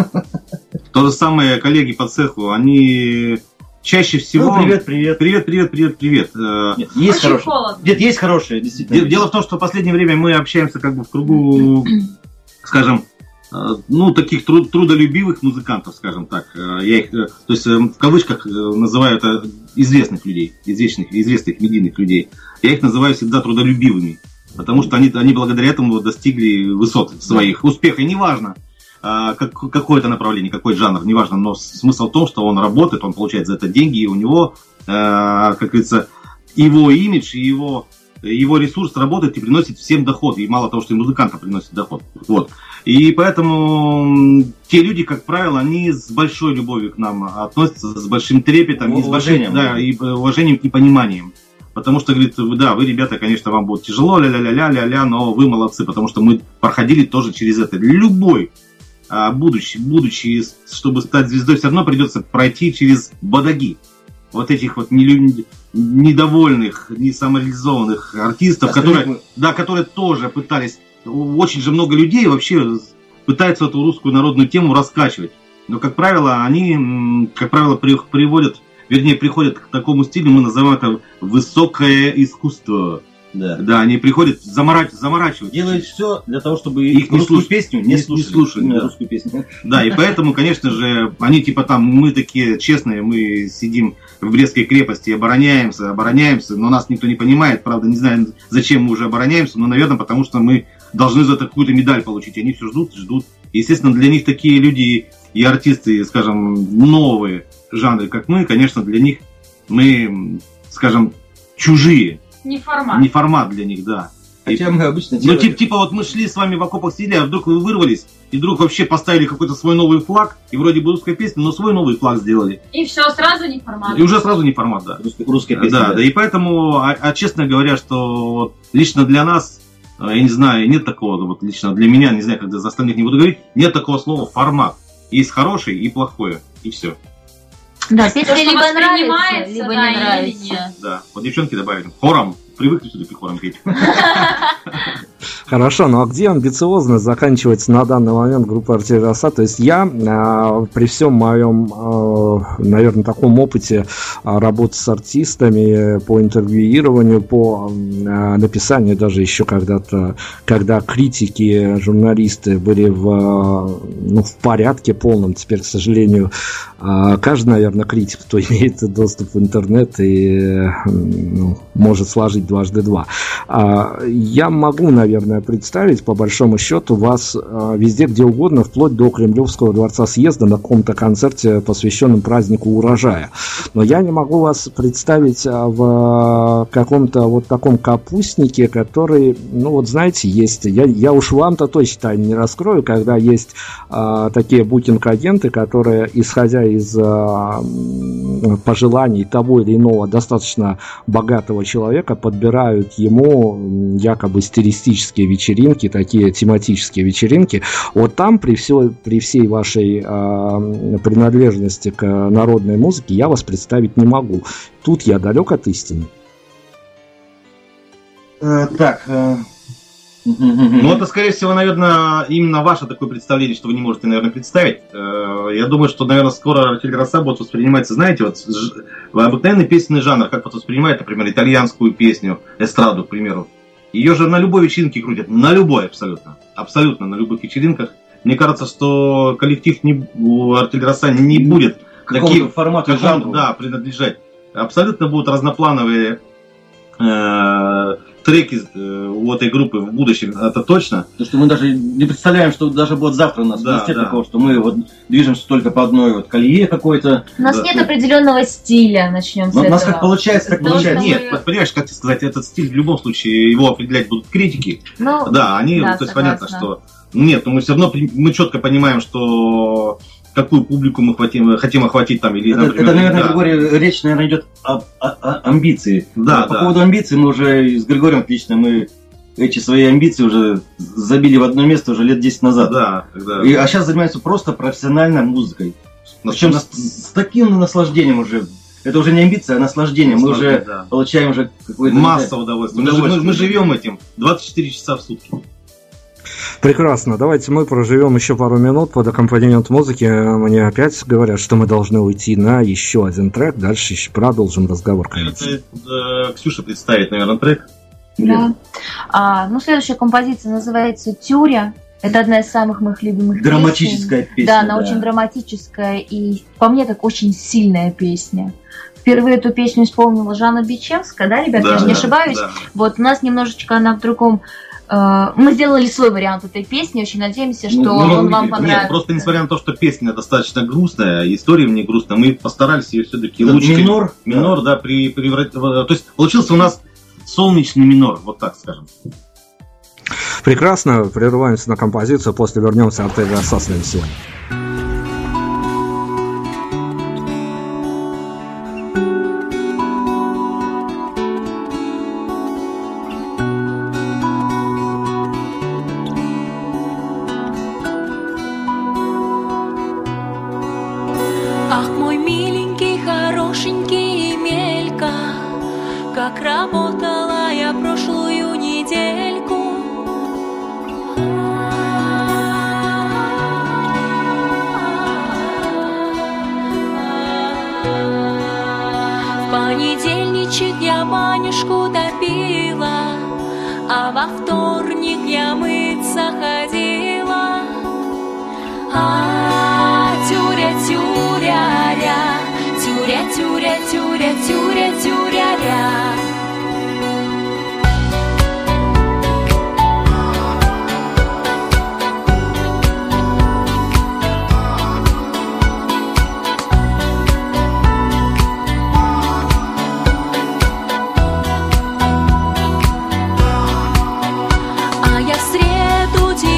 D: То же самое коллеги по цеху, они чаще всего...
E: Ну, привет, привет.
D: Привет, привет, привет, привет.
E: Нет, есть хорошие. Нет, есть хорошие, действительно.
D: Дело в том, что в последнее время мы общаемся как бы в кругу, скажем, ну, таких труд, трудолюбивых музыкантов, скажем так. Я их, то есть, в кавычках называю это известных людей, известных, известных медийных людей. Я их называю всегда трудолюбивыми, потому что они, они благодаря этому достигли высот своих, успеха. И неважно, как, какое это направление, какой жанр, неважно, но смысл в том, что он работает, он получает за это деньги, и у него, как говорится, его имидж и его... его ресурс работает и приносит всем доход. И мало того, что и музыкантам приносит доход. Вот. И поэтому те люди, как правило, они с большой любовью к нам относятся, с большим трепетом, и с большим, да, и уважением и пониманием. Потому что, говорит, да, вы, ребята, конечно, вам будет тяжело, ля-ля-ля-ля-ля-ля, но вы молодцы, потому что мы проходили тоже через это. Любой, будучи, будучи, чтобы стать звездой, все равно придется пройти через бодаги. Вот этих вот недовольных, не самореализованных артистов, которые, да, которые тоже пытались, очень же много людей вообще пытаются эту русскую народную тему раскачивать. Но, как правило, они, как правило, приводят, вернее, приходят к такому стилю, мы называем это высокое искусство.
E: Да.
D: Да, они приходят заморач, заморачивать.
E: Делают все для того, чтобы
D: их не слушать,
E: песню не,
D: не
E: слушали.
D: Не слушали да.
E: Русскую песню.
D: Да, и поэтому, конечно же, они типа там, мы такие честные, мы сидим в Брестской крепости, обороняемся, обороняемся, но нас никто не понимает, правда, не знаю, зачем мы уже обороняемся, но, наверное, потому что мы должны за это какую-то медаль получить. Они все ждут, ждут. И, естественно, для них такие люди и артисты, скажем, новые жанры, как мы, конечно, для них мы, скажем, чужие.
C: Не формат.
D: Не формат для них, да.
E: Хотя
D: и,
E: мы обычно
D: ну, типа, типа вот мы шли с вами в окопах сидели, а вдруг вы вырвались, и вдруг вообще поставили какой-то свой новый флаг, и вроде бы русская песня, но свой новый флаг сделали.
C: И все, сразу не формат.
D: И уже сразу не формат, да.
E: Русская, русская песня.
D: Да,
E: да,
D: да, и поэтому, а, а честно говоря, что вот, лично для нас, я не знаю, нет такого, вот лично для меня, не знаю, когда за остальных не буду говорить, нет такого слова формат. Есть хороший и плохое, и все.
G: Да, песня
C: То,
G: либо нравится,
C: да,
G: либо не нравится.
C: Нет.
D: Да, вот девчонки добавили. Хором. Привыкли все-таки хором петь.
B: Хорошо, ну а где амбициозность заканчивается на данный момент группа «Артель Роса»? То есть я э, при всем моем, э, наверное, таком опыте э, работы с артистами по интервьюированию, по э, написанию даже еще когда-то, когда критики, журналисты были в, ну, в порядке полном, теперь, к сожалению, э, каждый, наверное, критик, кто имеет доступ в интернет и э, ну, может сложить дважды два. Я могу, наверное, представить, по большому счету, вас везде, где угодно, вплоть до Кремлевского дворца съезда на каком-то концерте, посвященном празднику урожая. Но я не могу вас представить в каком-то вот таком капустнике, который, ну вот знаете, есть, я, я уж вам-то точно не раскрою, когда есть а, такие букинг-агенты, которые, исходя из а, пожеланий того или иного достаточно богатого человека, подбирают ему якобы стилистические вечеринки, такие тематические вечеринки. Вот там при, все, при всей вашей а, принадлежности к народной музыке я вас представить не могу. Тут я далек от истины.
E: Э, так. Э...
D: Ну, это, скорее всего, наверное, именно ваше такое представление, что вы не можете, наверное, представить. Я думаю, что, наверное, скоро Артель Роса будет восприниматься, знаете, вот обыкновенный песенный жанр, как вот воспринимает, например, итальянскую песню, эстраду, к примеру. Ее же на любой вечеринке крутят, на любой абсолютно, абсолютно на любых вечеринках. Мне кажется, что коллектив не, у Артель Роса не будет
E: какому формату, жанру,
D: да, принадлежать. Абсолютно будут разноплановые э, треки э, у этой группы в будущем, это точно.
E: Потому что мы даже не представляем, что даже будет завтра у нас.
D: Да,
E: у нас нет
D: да.
E: такого, что мы вот движемся только по одной вот колее какой-то.
C: У нас
D: Да.
C: нет определенного стиля, начнем с
E: Но
C: этого.
E: у нас как получается, так
C: Потому
E: получается.
C: что
D: Нет, понимаешь, как тебе сказать, этот стиль в любом случае его определять будут критики.
C: Ну,
D: Да, они,
C: да,
D: то есть
C: согласна.
D: понятно, что нет, но мы все равно мы четко понимаем, что какую публику мы хотим, хотим охватить там или,
E: Это,
D: например,
E: это, наверное,
D: да.
E: Григорий, речь, наверное, идет о, о- о амбиции.
D: Да,
E: По
D: да.
E: поводу амбиций мы уже с Григорием отлично, мы эти свои амбиции уже забили в одно место уже лет десять назад.
D: Да, когда...
E: И, а сейчас занимаемся просто профессиональной музыкой. Причем с, с таким наслаждением уже. Это уже не амбиция, а наслаждение. Мы уже
D: да.
E: получаем уже какое-то...
D: Масса удовольствия. Мы, же- мы-
E: удовольствие.
D: мы живем этим двадцать четыре часа в сутки.
B: Прекрасно. Давайте мы проживем еще пару минут под аккомпанемент музыки. Мне опять говорят, что мы должны уйти на еще один трек. Дальше еще продолжим разговор, конечно.
D: Это, э, Ксюша представит, наверное, трек.
C: Да. А, ну, следующая композиция называется «Тюря». Это одна из самых моих любимых
E: Драматическая
C: песен.
E: песня,
C: Да, она
E: да.
C: очень драматическая и, по мне, так очень сильная песня. Впервые эту песню исполнила Жанна Бичевская, да, ребят,
D: Да,
C: я же не
D: да,
C: ошибаюсь?
D: да.
C: Вот, у нас немножечко она в другом... э, мы сделали свой вариант этой песни, очень надеемся, что
E: Ну, ну,
C: он вам
E: нет,
C: понравится.
D: Нет, просто несмотря на то, что песня достаточно грустная, история в ней грустная, мы постарались ее все-таки
E: Это
D: лучше...
E: минор?
D: Минор, да, при, превратить... То есть получился у нас солнечный минор, вот так скажем.
B: Прекрасно. Прерываемся на композицию. После вернемся. Артель Роса с нами сегодня.
F: Ах, мой миленький, хорошенький Емелька, как работала я прошлую недельку. В понедельничек я банюшку топила, а во вторник я мыться ходила. А, тюря, тюря-ря, тюря, тюря, тюря, тюря, тюря-ря. А я в среду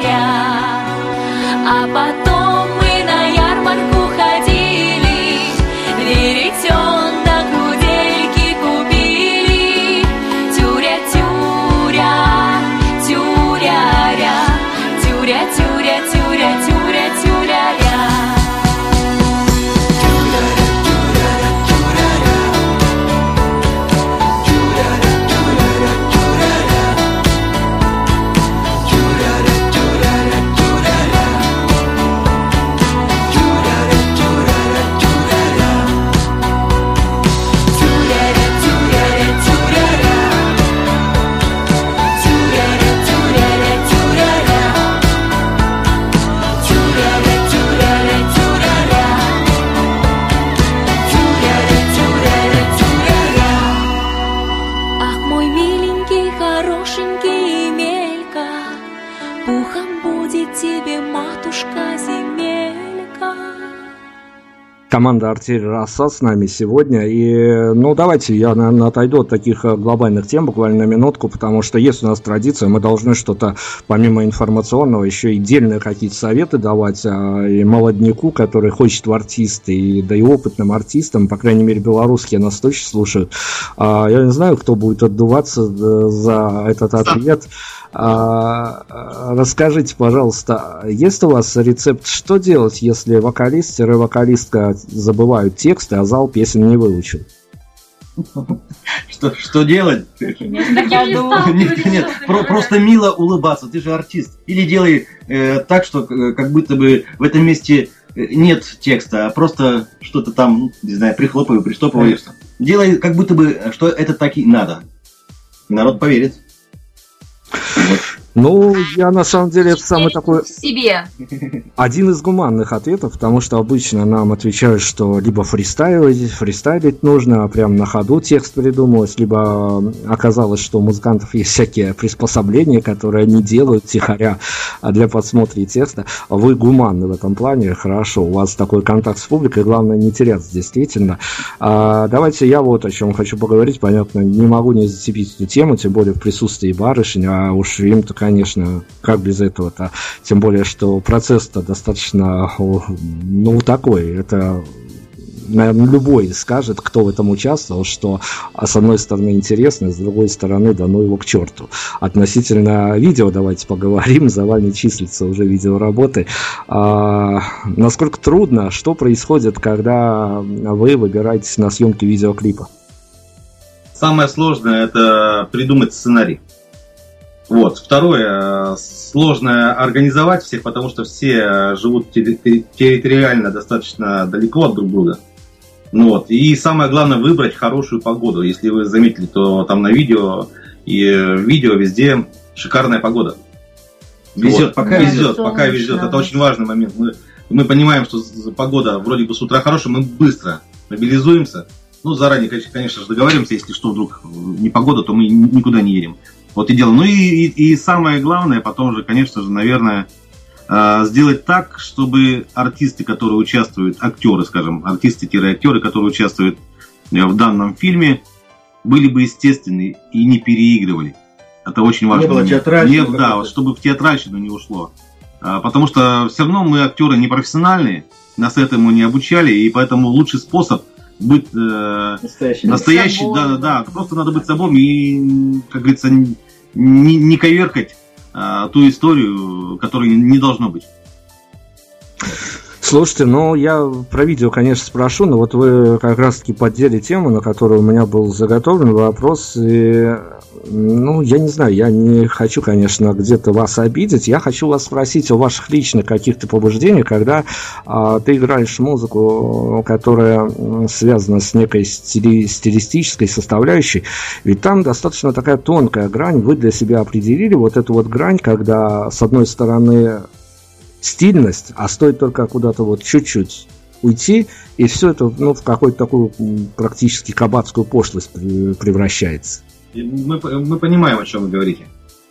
F: тюря-ря. А потом мы на ярмарку ходили, веретен да кудельки купили. Тюря-тюря, тюря-ря, тюря-тюря, тюря-тюря, тюря-ря.
B: Команда «Артель Роса» с нами сегодня. И, ну, давайте я, наверное, отойду от таких глобальных тем буквально на минутку, потому что есть у нас традиция, мы должны что-то, помимо информационного, еще и дельные какие-то советы давать и молодняку, который хочет в артисты, и, да и опытным артистам, по крайней мере, белорусские нас точно слушают. Я не знаю, кто будет отдуваться за этот ответ. А, расскажите, пожалуйста, есть у вас рецепт, что делать, если вокалист-вокалистка забывают тексты, а зал песен не выучил?
E: Что, что делать? Нет, нет, про, просто мило улыбаться, ты же артист. Или делай э, так, что как будто бы в этом месте нет текста, а просто что-то там, не знаю, прихлопывай, приштопывай. Делай как будто бы, что это так и надо. Народ поверит. Вот.
B: Ну, я на самом деле это самый такой...
C: В себе.
B: Один из гуманных ответов, потому что обычно нам отвечают, что либо фристайлить, фристайлить нужно, а прям на ходу текст придумывать, либо оказалось, что у музыкантов есть всякие приспособления, которые они делают тихоря для подсмотра текста. Вы гуманны в этом плане, хорошо, у вас такой контакт с публикой, главное не теряться действительно. А, давайте я вот о чем хочу поговорить, понятно, не могу не зацепить эту тему, тем более в присутствии барышень, а уж им-то, конечно, как без этого-то, тем более, что процесс-то достаточно, ну, такой, это, наверное, любой скажет, кто в этом участвовал, что с одной стороны интересно, с другой стороны, да ну его к черту. Относительно видео давайте поговорим, за вами числятся уже видеоработы. А, насколько трудно, что происходит, когда вы выбираетесь на съемки видеоклипа?
D: Самое сложное – это придумать сценарий. Вот. Второе, сложно организовать всех, потому что все живут территориально достаточно далеко от друг друга. Ну, вот. И самое главное выбрать хорошую погоду. Если вы заметили, то там на видео и видео везде шикарная погода. Везет, вот. пока везет, пока везет. Это очень важный момент. Мы, мы понимаем, что погода вроде бы с утра хорошая, мы быстро мобилизуемся. Ну, заранее, конечно же, договариваемся, если что, вдруг не погода, то мы никуда не едем. Вот и дело. Ну и, и, и самое главное, потом же, конечно же, наверное, э, сделать так, чтобы артисты, которые участвуют, актеры, скажем, артисты-актеры, которые участвуют в данном фильме, были бы естественны и не переигрывали. Это очень важно.
E: Не было театральщины.
D: Да, вот, чтобы в театральщину не ушло. А, потому что все равно мы актеры непрофессиональные, нас этому не обучали, и поэтому лучший способ быть э, настоящий, настоящий да, да, да, просто надо быть собой и, как говорится, не, не коверкать э, ту историю, которой не должно быть.
B: Слушайте, ну я про видео, конечно, спрошу, но вот вы как раз-таки поддели тему, на которую у меня был заготовлен вопрос, и, ну, я не знаю, я не хочу, конечно, где-то вас обидеть, я хочу вас спросить о ваших личных каких-то побуждениях, когда а, ты играешь музыку, которая связана с некой стили- стилистической составляющей, ведь там достаточно такая тонкая грань, вы для себя определили вот эту вот грань, когда, с одной стороны, стильность, а стоит только куда-то вот чуть-чуть уйти, и все это, ну, в какую-то такую практически кабацкую пошлость превращается.
D: Мы, мы понимаем, о чем вы говорите.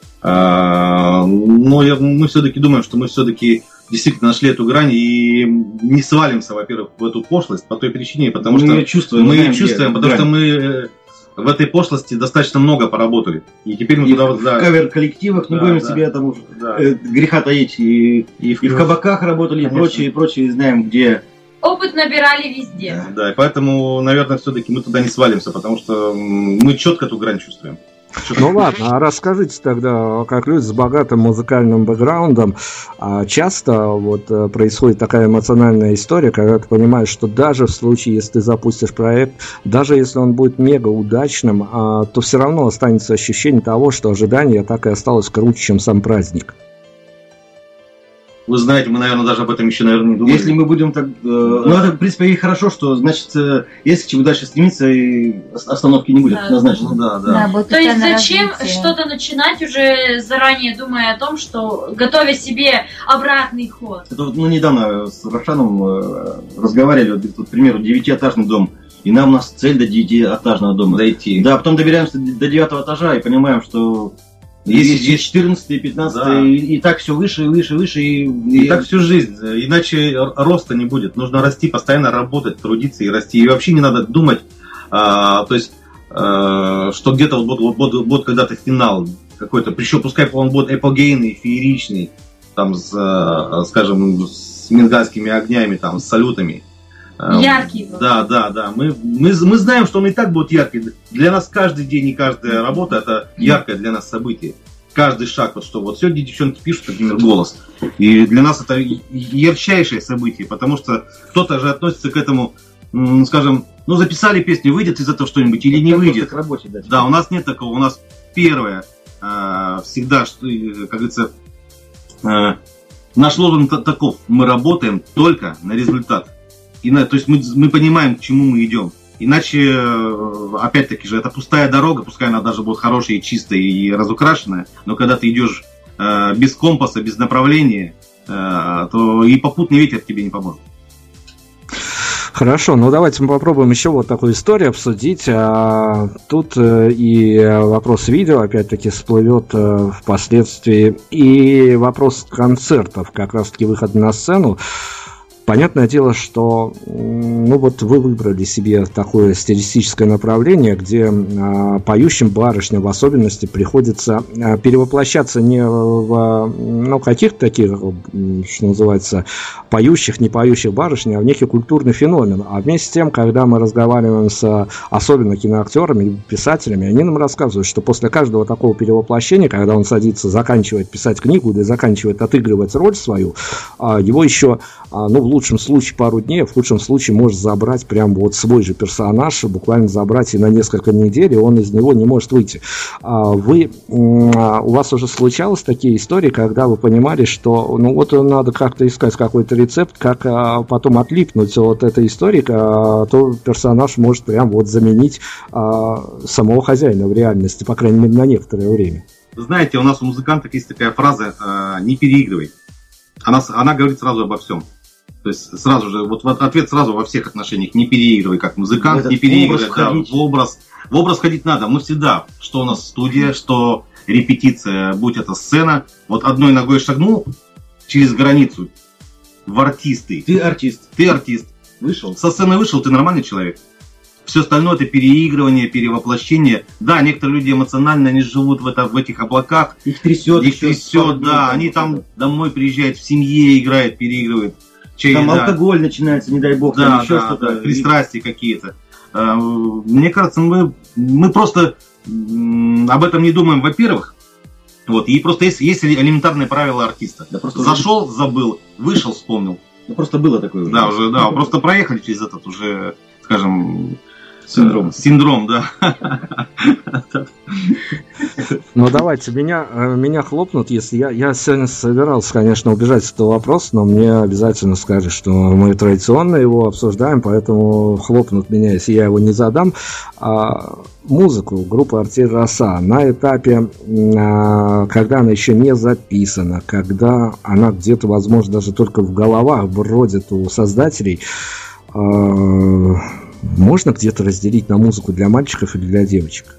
D: А, но я, мы все-таки думаем, что мы все-таки действительно нашли эту грань и не свалимся, во-первых, в эту пошлость по той причине, потому что
E: мы чувствуем,
D: мы
E: знаем,
D: чувствуем, потому
E: грань.
D: что мы в этой пошлости достаточно много поработали. И теперь мы
E: И
D: туда
E: в,
D: вот, да,
E: в кавер-коллективах, не
D: Да,
E: будем
D: да.
E: себя там уж,
D: да.
E: э, греха таить, и,
D: И в-
E: и в кабаках работали, и
D: Конечно.
E: прочее, и прочее, знаем, где.
C: Опыт набирали везде.
D: Да, и поэтому, наверное, все-таки мы туда не свалимся, потому что м, мы четко эту грань чувствуем. Чётко.
B: Ну ладно, а расскажите тогда, как люди с богатым музыкальным бэкграундом, а часто вот э, происходит такая эмоциональная история, когда ты понимаешь, что даже в случае, если ты запустишь проект, даже если он будет мега удачным, а, то все равно останется ощущение того, что ожидание так и осталось круче, чем сам праздник.
D: Вы знаете, мы, наверное, даже об этом еще, наверное, не думали.
E: Если мы будем так... э, Ну, это, в принципе, и хорошо, что, значит, э, есть к чему дальше стремиться, и ос- остановки не будет,
C: Да.
E: однозначно.
D: Ну да, да.
G: Да, будет
C: То есть
G: постоянное
C: зачем
G: развитие.
C: что-то начинать уже заранее, думая о том, что готовя себе обратный ход?
E: Это вот, ну, недавно с Равшаном э, разговаривали, вот, говорит, вот, к примеру, девятиэтажный дом, и нам у нас цель до девятиэтажного дома.
D: Дойти.
E: Да, потом добираемся до девятого этажа и понимаем, что
D: Если
E: есть
D: есть-
E: четырнадцатый, пятнадцатый,
D: Да.
E: и, и так все выше, выше, выше, и,
D: И так всю жизнь, иначе р- роста не будет. Нужно расти, постоянно работать, трудиться и расти. И вообще не надо думать, а, то есть, а, что где-то вот будет, будет, будет когда-то финал какой-то, причем пускай он будет эпогейный, фееричный, там, с, а, скажем, с мингальскими огнями, там, с салютами. А,
C: Яркий будет.
D: Да, да, да. Мы, мы, мы знаем, что он и так будет яркий. Для нас каждый день и каждая работа это яркое для нас событие. Каждый шаг, вот что вот сегодня девчонки пишут, например, голос. И для нас это и- ярчайшее событие, потому что кто-то же относится к этому, м, скажем, ну записали песню, выйдет из этого что-нибудь или не
E: как
D: выйдет.
E: просто к работе, да.
D: Да, у нас нет такого. У нас первое, э, всегда, что, э, как говорится, э, наш лозунг та- таков. Мы работаем только на результат. И на, то есть мы, мы понимаем, к чему мы идем. Иначе, э, опять-таки же, это пустая дорога, пускай она даже будет хорошая, и чистая, и разукрашенная, но когда ты идешь э, без компаса, без направления, э, то и попутный ветер тебе не поможет.
B: Хорошо, ну давайте мы попробуем еще вот такую историю обсудить. А, тут э, и вопрос видео, опять-таки, всплывет э, впоследствии, и вопрос концертов, как раз-таки выход на сцену. Понятное дело, что м, ну вот вы выбрали себе такое стилистическое направление, где а, поющим барышням в особенности приходится а, перевоплощаться не в ну, каких-то таких, м, что называется, поющих, не поющих барышнях, а в некий культурный феномен. А вместе с тем, когда мы разговариваем с особенно киноактерами, писателями, они нам рассказывают, что после каждого такого перевоплощения, когда он садится, заканчивает писать книгу или заканчивает отыгрывать роль свою, а, его еще, а, ну, в лучшем случае пару дней, в худшем случае может забрать прям вот свой же персонаж, буквально забрать и на несколько недель, и он из него не может выйти. А вы, у вас уже случалось такие истории, когда вы понимали, что ну вот надо как-то искать какой-то рецепт, как а, потом отлипнуть от этой истории, а, то персонаж может прям вот заменить а, самого хозяина в реальности, по крайней мере, на некоторое время.
D: Знаете, у нас у музыкантов есть такая фраза э, «не переигрывай». Она, с- она говорит сразу обо всем. То есть сразу же, вот вот ответ сразу во всех отношениях. Не переигрывай как музыкант,
E: В этот
D: не переигрывай,
E: образ
D: да,
E: входить.
D: в образ. В образ ходить надо. Мы всегда, что у нас студия, что репетиция, будь это сцена, вот одной ногой шагнул через границу в артисты.
E: Ты артист.
D: Ты артист.
E: Вышел.
D: Со сцены вышел, ты нормальный человек. Все остальное это переигрывание, перевоплощение. Да, некоторые люди эмоционально, они живут в, это, в этих облаках.
E: Их трясет.
D: Их трясет, да. Они там домой приезжают, в семье играют, переигрывают. Чей,
E: Там
D: да.
E: алкоголь начинается, не дай бог,
D: Да,
E: там еще
D: да,
E: что-то.
D: да, пристрастия какие-то. Э, Мне кажется, мы, мы просто м, об этом не думаем, во-первых. Вот, и просто есть, есть элементарные правила артиста.
E: Да, просто
D: Зашел, забыл, вышел, вспомнил.
E: Ну, просто было такое уже.
D: Да, уже, да, просто проехали через этот уже, скажем,
E: Синдром.
D: э, Синдром, да.
B: Ну давайте, меня, э, меня хлопнут, если я, я сегодня собирался, конечно, убежать от этого вопроса, но мне обязательно скажут, что мы традиционно его обсуждаем, поэтому хлопнут меня, если я его не задам. А, музыку группы «Артель Роса» на этапе, а, когда она еще не записана, когда она где-то, возможно, даже только в головах бродит у создателей, а, можно где-то разделить на музыку для мальчиков или для девочек?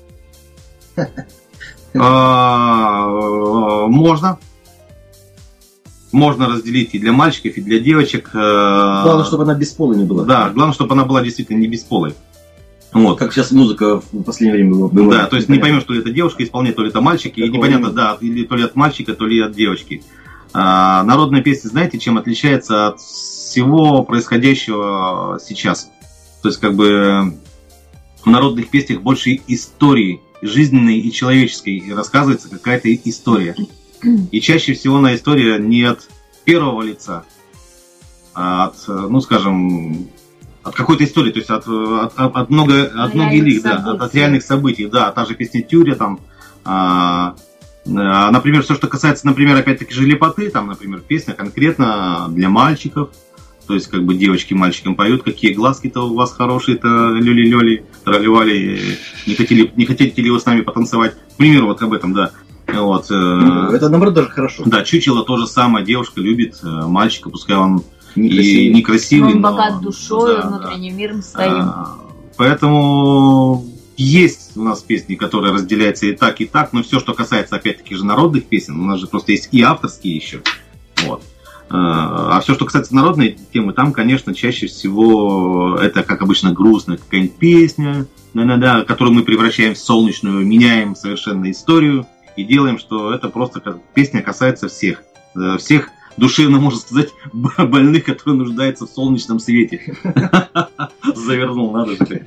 D: А, Можно. Можно разделить и для мальчиков, и для девочек.
E: Главное, чтобы она бесполой не была.
D: Да, главное, чтобы она была действительно не бесполой.
E: Вот. Как сейчас музыка в последнее время была.
D: Да, то есть не поймешь, то ли это девушка исполняет, то ли это мальчик, и непонятно, да, или то ли от мальчика, то ли от девочки. А, народная песня, знаете, чем отличается от всего происходящего сейчас? То есть, как бы, в народных песнях больше истории, жизненной и человеческой, и рассказывается какая-то история. И чаще всего на история не от первого лица, а от, ну, скажем, от какой-то истории, то есть от, от, от, от, много, от многих лиц, да, от, от реальных событий, да, та же песня Тюря, там, а, а, например, все, что касается, например, опять-таки же лепоты, там, например, песня конкретно для мальчиков, то есть, как бы, девочки мальчикам поют, какие глазки-то у вас хорошие-то, люли-люли, тролливали, не хотели, не хотите ли вы с нами потанцевать, к примеру, вот об этом, да. Вот,
E: это, наоборот, даже хорошо.
D: Да, чучело то же самое, девушка любит мальчика, пускай он некрасивый, и некрасивый,
C: он
D: но
C: богат душой,
D: да,
C: внутренним
D: да.
C: миром своим.
D: А, поэтому есть у нас песни, которые разделяются и так, и так, но все, что касается, опять-таки же, народных песен, у нас же просто есть и авторские еще. Вот. А все, что касается народной темы, там, конечно, чаще всего это, как обычно, грустная какая-нибудь песня, да-да-да, которую мы превращаем в солнечную, меняем совершенно историю и делаем, что это просто как песня касается всех. Всех душевно, можно сказать, больных, которые нуждаются в солнечном свете. Завернул, надо же.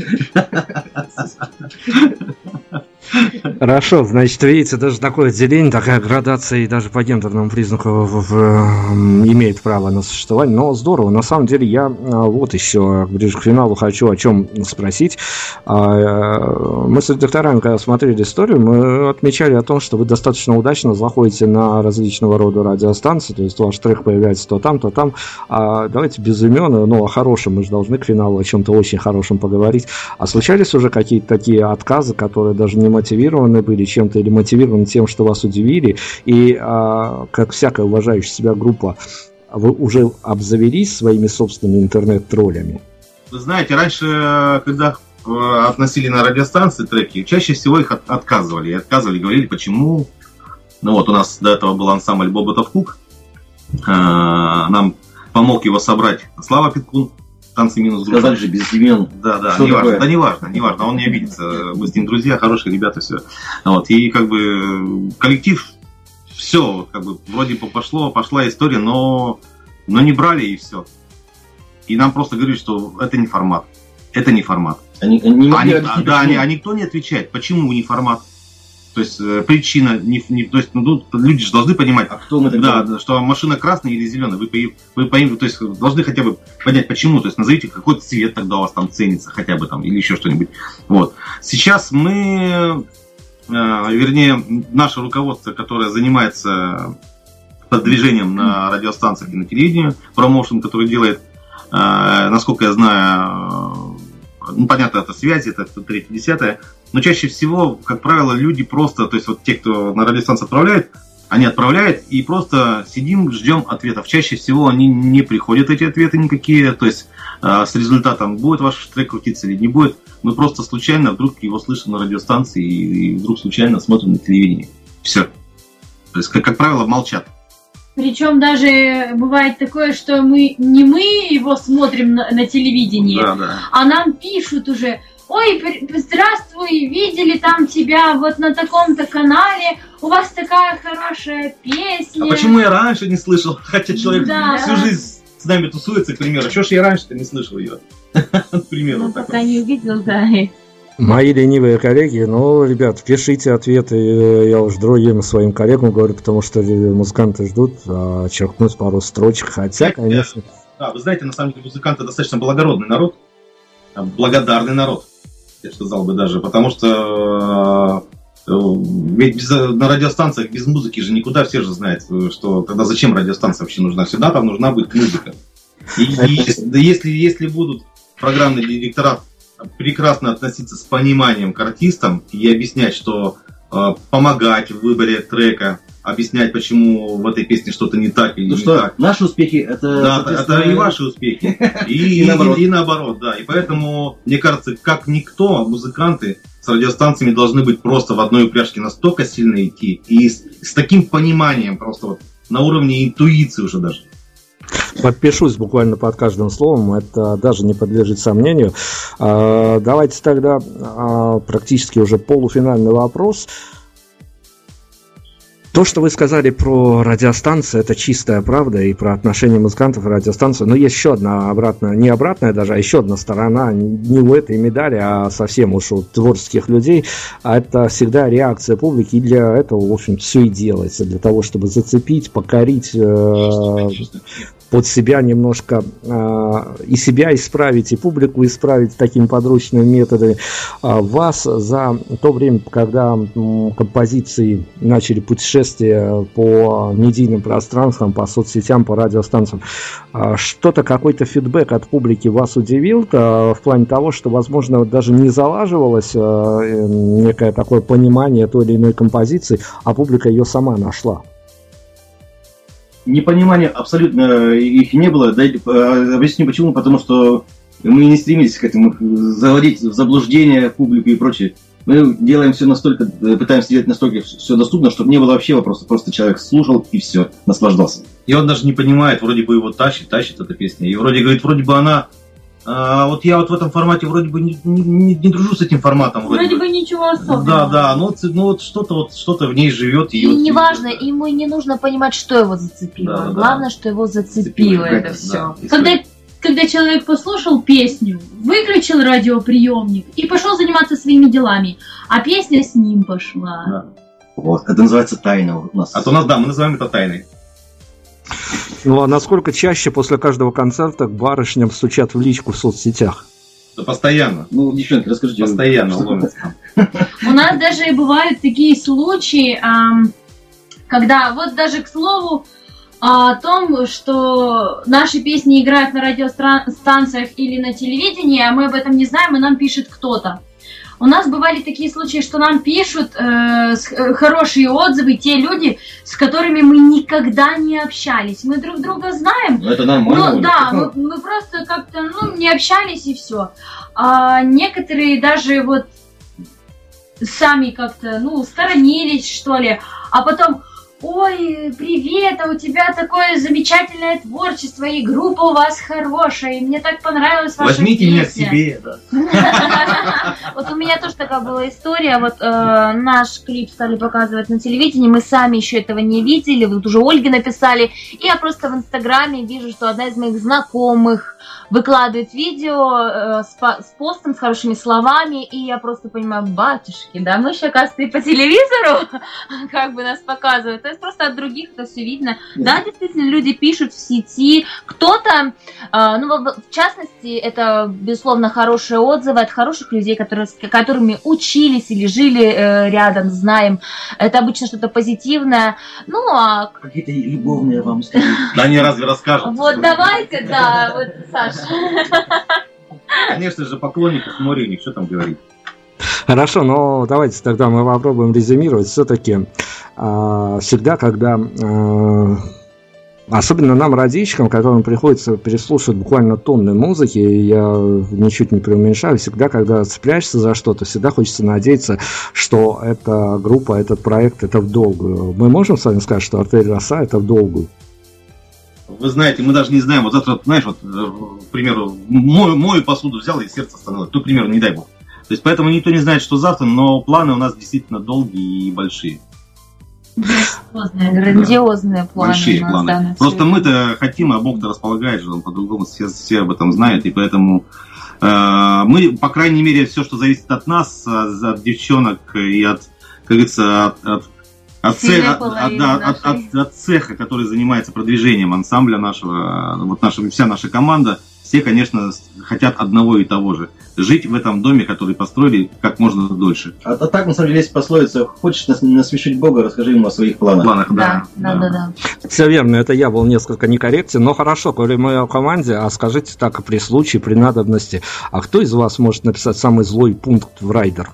B: Хорошо, значит, видите, даже такое деление, такая градация и даже по гендерному признаку в, в, имеет право на существование, но здорово. На самом деле я вот еще ближе к финалу хочу о чем спросить. Мы с редакторами, когда смотрели историю, мы отмечали о том, что вы достаточно удачно заходите на различного рода радиостанции, то есть ваш трек появляется то там, то там. А давайте без имен, но о хорошем, мы же должны к финалу о чем-то очень хорошем поговорить. А случались уже какие-то такие отказы, которые даже не мотивированы были чем-то или мотивированы тем, что вас удивили, и а, как всякая уважающая себя группа, вы уже обзавелись своими собственными интернет-троллями?
D: Вы знаете, раньше, когда относили на радиостанции треки, чаще всего их от- отказывали. И отказывали, говорили, почему. Ну вот, у нас до этого был ансамбль Боботов Кук. А, нам помог его собрать Слава Питкун. Танцы минус группа.
E: Сказали же без имен.
D: Да, да,
E: что
D: не важно,
E: такое?
D: да не важно, не важно, он не обидится. Мы с ним друзья, хорошие ребята, все. Вот, и как бы коллектив, все, как бы вроде бы пошло, пошла история, но, но не брали и все. И нам просто говорили, что это не формат. Это не формат.
E: Они, они,
D: А,
E: не
D: ни- а, да, они- а никто не отвечает, почему не формат. То есть э, причина, не, не, то есть ну, тут люди же должны понимать,
E: А кто мы такие?
D: да, да, что машина красная или зеленая, вы, по- вы по- то есть должны хотя бы понять, почему, то есть назовите, какой цвет тогда у вас там ценится, хотя бы там, или еще что-нибудь. Вот. Сейчас мы, э, вернее, наше руководство, которое занимается продвижением на радиостанциях и на телевидении, промоушен, который делает, э, насколько я знаю, э, ну, понятно, это связи, это третье, десятое, но чаще всего, как правило, люди просто, то есть вот те, кто на радиостанцию отправляет, они отправляют и просто сидим, ждем ответов. Чаще всего они не приходят, эти ответы никакие, то есть э, с результатом, будет ваш трек крутиться или не будет. Мы просто случайно вдруг его слышим на радиостанции и, и вдруг случайно смотрим на телевидении. Все. То есть, как, как правило, молчат.
C: Причем даже бывает такое, что мы не мы его смотрим на, на телевидении,
D: Да, да.
C: а нам пишут уже: ой, при- здравствуй, видели там тебя вот на таком-то канале, у вас такая хорошая песня.
D: А почему я раньше не слышал? Хотя человек
C: Да.
D: всю жизнь с нами тусуется, к примеру. Чего ж я раньше-то не слышал ее? К примеру.
C: Ну,
D: так
C: пока
D: вот.
C: не увидел, да.
B: Мои ленивые коллеги, ну, ребят, пишите ответы, я уж другим своим коллегам говорю, потому что музыканты ждут а, черкнуть пару строчек, хотя, конечно...
D: Да, вы знаете, на самом деле музыканты достаточно благородный народ, благодарный народ, я сказал бы даже, потому что э, ведь без- на радиостанциях без музыки же никуда, все же знают, что тогда зачем радиостанция вообще нужна, всегда там нужна будет музыка. И, и да если, если будут программные директора прекрасно относиться с пониманием к артистам и объяснять, что э, помогать в выборе трека, объяснять, почему в этой песне что-то не так или
E: Ну
D: не
E: что,
D: так.
E: наши успехи это,
D: Да,
E: соответственно,
D: это и ваши успехи, и,
E: И
D: и,
E: наоборот.
D: и- и наоборот, да. И поэтому, мне кажется, как никто, музыканты с радиостанциями должны быть просто в одной упряжке настолько сильно идти, и с, с таким пониманием, просто вот на уровне интуиции уже даже.
B: Подпишусь буквально под каждым словом, это даже не подлежит сомнению. Давайте тогда практически уже полуфинальный вопрос. То, что вы сказали про радиостанции, это чистая правда, и про отношения музыкантов и радиостанции. Но есть еще одна обратная, не обратная даже, а еще одна сторона, не у этой медали, а совсем уж у творческих людей. А это всегда реакция публики, и для этого, в общем, все и делается. Для того, чтобы зацепить, покорить, э, под себя немножко э, и себя исправить, и публику исправить такими подручными методами. А вас за то время, когда м, композиции начали путешествовать по медийным пространствам, по соцсетям, по радиостанциям, что-то, какой-то фидбэк от публики вас удивил в плане того, что, возможно, даже не залаживалось некое такое понимание той или иной композиции, а публика ее сама нашла?
E: Непонимания абсолютно их не было. Объясню почему. Потому что мы не стремились к этому, заводить в заблуждение публику и прочее. Мы делаем все настолько, пытаемся делать настолько все доступно, чтобы не было вообще вопроса. Просто человек слушал и все, наслаждался.
D: И он даже не понимает, вроде бы его тащит, тащит эта песня. И вроде говорит, вроде бы она... А, вот я вот в этом формате вроде бы не, не, не, не дружу с этим форматом.
C: Вроде, вроде бы ничего особенного.
D: Да, да, но, ну, вот что-то вот, что-то в ней живет.
C: И, и вот, неважно, да. Ему не нужно понимать, что его зацепило. Да, Главное, да. что его зацепило, зацепило это все. Да, когда, когда человек послушал песню, выключил радиоприемник и пошел заниматься своими делами, а песня с ним пошла.
E: Да. Вот, это называется тайна у нас.
D: А то у нас, да, мы называем это тайной.
B: Ну, а насколько чаще после каждого концерта к барышням стучат в личку в соцсетях?
D: Да постоянно.
E: Ну, девчонки, расскажите.
D: Постоянно ломятся.
C: У нас даже бывают такие случаи, когда, вот даже к слову, о том, что наши песни играют на радиостанциях или на телевидении, а мы об этом не знаем, и нам пишет кто-то. У нас бывали такие случаи, что нам пишут э, хорошие отзывы те люди, с которыми мы никогда не общались. Мы друг друга знаем.
E: Ну, это нормально.
C: Ну, да, мы, мы просто как-то ну, не общались и все. А некоторые даже вот сами как-то ну, сторонились, что ли. А потом... Ой, привет, а у тебя такое замечательное творчество, и группа у вас хорошая, и мне так понравилась ваша
D: Возьмите
C: песня.
D: меня к себе, да.
C: Вот у меня тоже такая была история, вот наш клип стали показывать на телевидении, мы сами еще этого не видели, вот уже Ольге написали, и я просто в Инстаграме вижу, что одна из моих знакомых выкладывает видео с постом, с хорошими словами, и я просто понимаю, батюшки, да, мы еще, оказывается, и по телевизору как бы нас показывают. То есть просто от других это все видно. Yes. Да, действительно, люди пишут в сети. Кто-то, э, ну, в частности, это, безусловно, хорошие отзывы от хороших людей, которые, с которыми учились или жили э, рядом, знаем. Это обычно что-то позитивное. Ну, а...
E: Какие-то любовные вам истории.
D: Да они разве расскажут?
C: Вот давайте, да, вот, Саша.
D: Конечно же, поклонников море, у них что там говорить.
B: Хорошо, но давайте тогда мы попробуем резюмировать. Все-таки э, всегда, когда, э, особенно нам, радищикам, которым приходится переслушивать буквально тонны музыки, я ничуть не преуменьшаю, всегда, когда цепляешься за что-то, всегда хочется надеяться, что эта группа, этот проект, это в долгую. Мы можем с вами сказать, что «Артель Роса» это в долгую?
D: Вы знаете, мы даже не знаем, вот завтра, знаешь, вот, к примеру, мою, мою посуду взял и сердце остановилось, ну, к примеру, не дай бог. То есть, поэтому никто не знает, что завтра, но планы у нас действительно долгие и большие.
C: Грандиозные, грандиозные да. планы.
D: Большие
C: у нас,
D: планы.
C: Да,
D: Просто мы-то хотим, а Бог-то располагает же, он по-другому все, все об этом знает, и поэтому э, мы, по крайней мере, все, что зависит от нас, от, от девчонок и от, как говорится, от, от, от, цеха, от, от, да, от, от, от цеха, который занимается продвижением ансамбля нашего, вот наша, вся наша команда, все, конечно, хотят одного и того же. Жить в этом доме, который построили, как можно дольше.
E: А, а так, на самом деле, есть пословица: хочешь насмешить Бога, расскажи ему о своих планах.
D: планах
C: да, да, да, да, да.
B: Все верно, это я был несколько некорректен, но хорошо, говорим мы о команде, а скажите так, при случае, при надобности, а кто из вас может написать самый злой пункт в райдер?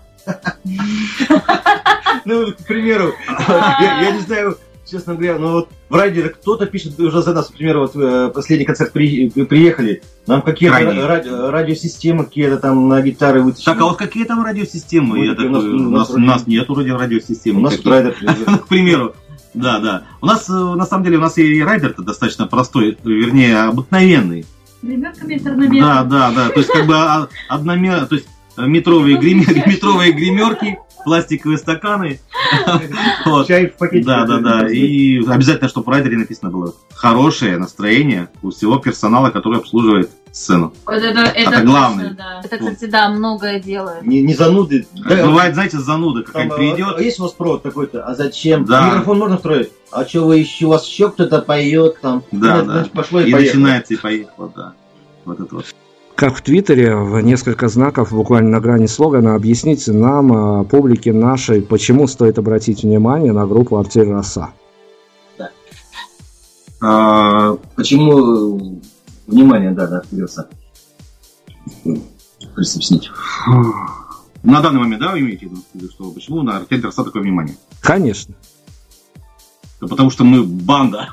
E: Ну, к примеру, я не знаю... Честно говоря, ну вот в райдере кто-то пишет уже за нас, например, вот э, последний концерт при, приехали, нам какие-то ради, радиосистемы, какие-то там на гитары вытащили.
D: Так, а вот какие там радиосистемы? Я так, у, нас, у, нас, у нас нету радио радиосистемы.
E: У нас райдер.
D: К примеру, Да, да. У нас, э, на самом деле, у нас и райдер-то достаточно простой, вернее, обыкновенный.
C: Гримерка метрономерка.
D: Да, да, да. То есть, как бы а, одномер... То есть, метровые, гример... метровые гримерки, пластиковые стаканы. Вот.
E: Чай в пакете.
D: Да, да, да. И обязательно, чтобы в райдере написано было хорошее настроение у всего персонала, который обслуживает сцену.
C: Вот это, это,
D: Это
C: точно,
D: главное.
C: да.
G: Это, кстати, да, многое делает.
E: Не, не зануды. Да,
D: Бывает, знаете, зануда
E: там,
D: какая-нибудь
E: а,
D: придет.
E: а есть у вас провод такой-то? А зачем?
D: Да.
E: Микрофон можно встроить? А что вы еще, у вас еще кто-то поет там?
D: Да,
E: Нет,
D: да.
E: значит, пошло и,
D: И
E: поехало.
D: начинается и поехало, да. Вот это вот.
B: Как в Твиттере, в несколько знаков, буквально на грани слогана, объясните нам, публике нашей, почему стоит обратить внимание на группу «Артель Роса».
E: А, почему внимание, да, да, вперился? Объяснить.
D: На данный момент, да, вы имеете в виду, что почему на «Артель Роса» такое внимание?
B: Конечно.
D: Да потому что мы банда.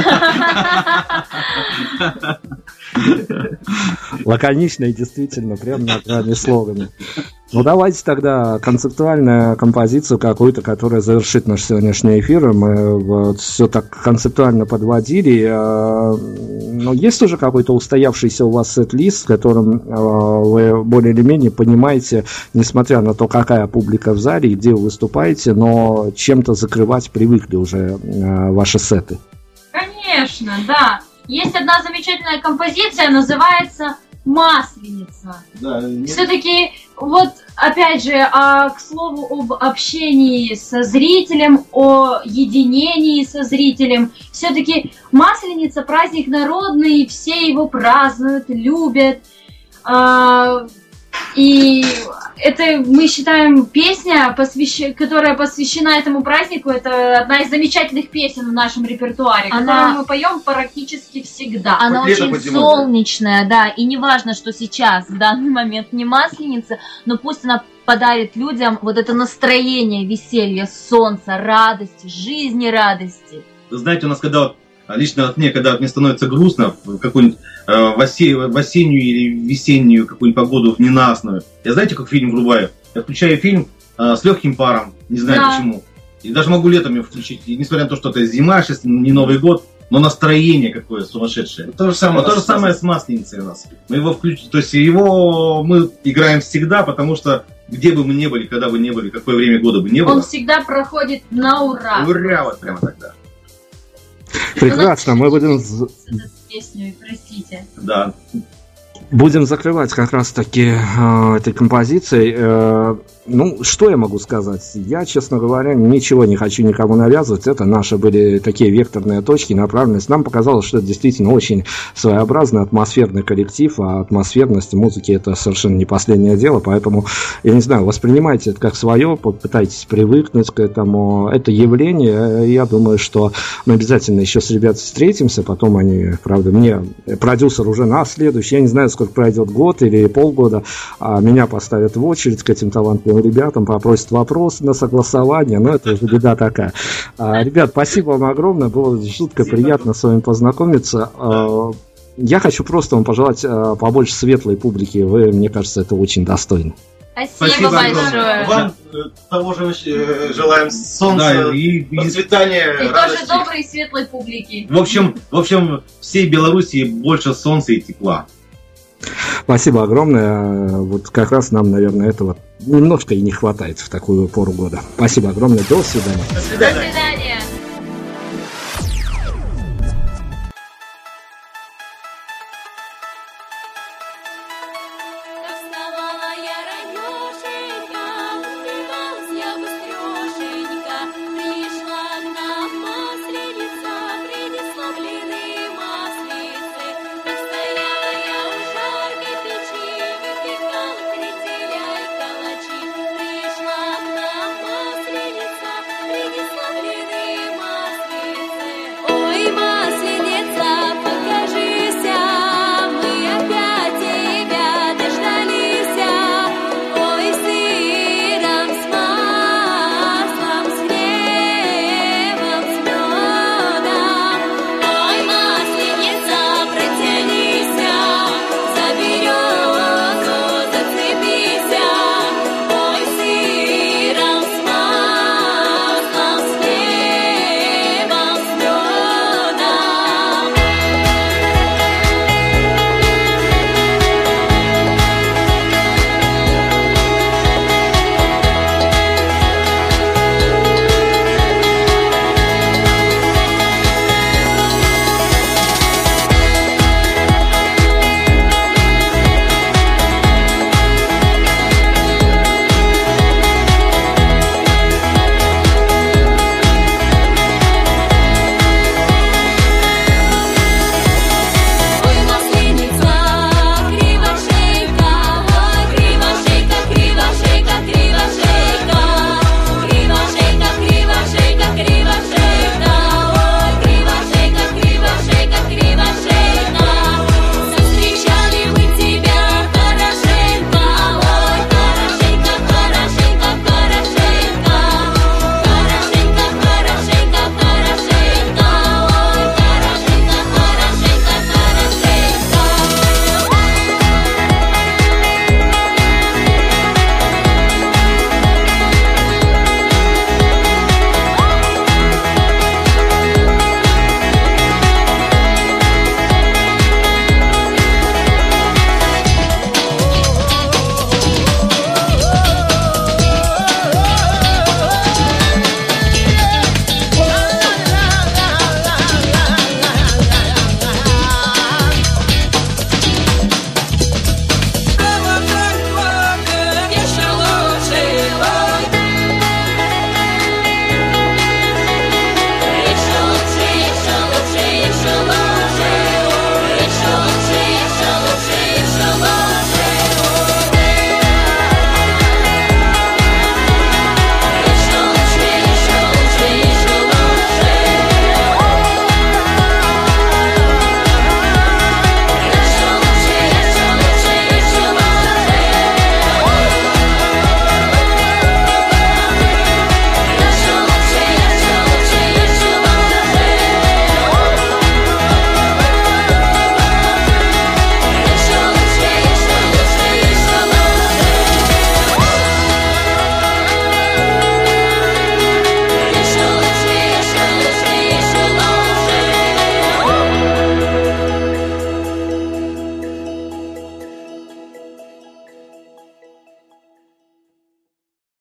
B: Лаконично и действительно, прям на грани слогана. Ну, давайте тогда концептуальную композицию какую-то, которая завершит наш сегодняшний эфир. Мы вот все так концептуально подводили. Но есть уже какой-то устоявшийся у вас сет-лист, в котором вы более или менее понимаете, несмотря на то, какая публика в зале и где вы выступаете, но чем-то закрывать привыкли уже ваши сеты?
C: Конечно, да. Есть одна замечательная композиция, называется «Масленица».
E: Да,
C: Все-таки, вот, опять же, а, к слову об общении со зрителем, о единении со зрителем, все-таки Масленица — праздник народный, все его празднуют, любят. А, и это, мы считаем, песня, посвящ... которая посвящена этому празднику, это одна из замечательных песен в нашем репертуаре,
G: Она-
C: которую мы поем практически всегда.
G: Она
E: Хоть летом,
G: очень
E: хоть зимой, да.
G: солнечная, да, и не важно, что сейчас, в данный момент не Масленица, но пусть она подарит людям вот это настроение веселья, солнца, радости, жизни радости.
D: Вы знаете, у нас когда вот, лично от мне, когда мне становится грустно в какую-нибудь э, в, осе- в осеннюю или весеннюю какую-нибудь погоду, в ненастную, я знаете, как фильм врубаю? Я включаю фильм э, с легким паром, не знаю
C: Да.
D: почему. И даже могу летом его включить. И несмотря на то, что это зима, сейчас не Новый год, но настроение какое сумасшедшее.
E: То же самое.
D: Вот то же самое с Масленицей у нас. Мы его включим, то есть его мы играем всегда, потому что где бы мы ни были, когда бы ни были, какое время года бы ни было,
C: Он всегда проходит на ура.
D: ура, вот прямо тогда.
B: Прекрасно, мы будем...
C: С этой песней, простите.
D: Да.
B: Будем закрывать как раз-таки э, этой композицией. Э, ну, что я могу сказать? Я, честно говоря, ничего не хочу никому навязывать. Это наши были такие векторные точки, направленность. Нам показалось, что это действительно очень своеобразный атмосферный коллектив, а атмосферность музыки — это совершенно не последнее дело. Поэтому, я не знаю, воспринимайте это как свое, попытайтесь привыкнуть к этому. Это явление. Я думаю, что мы обязательно еще с ребятами встретимся. Потом они, правда, мне продюсер уже на следующий, я не знаю, сколько пройдет, год или полгода, а меня поставят в очередь к этим талантливым ребятам, попросят вопрос на согласование, но это уже беда такая. А, ребят, спасибо вам огромное, было жутко приятно с вами познакомиться. А, я хочу просто вам пожелать а, побольше светлой публики, вы, мне кажется, это очень достойно.
C: Спасибо, большое.
D: огромное.
E: Вам э, того же э, желаем солнца,
D: Да, и, и-
E: процветания,
C: И тоже
E: радости.
C: доброй и светлой публики.
D: в общем, в общем, всей Белоруссии больше солнца и тепла.
B: Спасибо огромное, вот как раз нам, наверное, этого немножко и не хватает в такую пору года. Спасибо огромное, до свидания.
E: До
C: До
E: свидания.
C: свидания.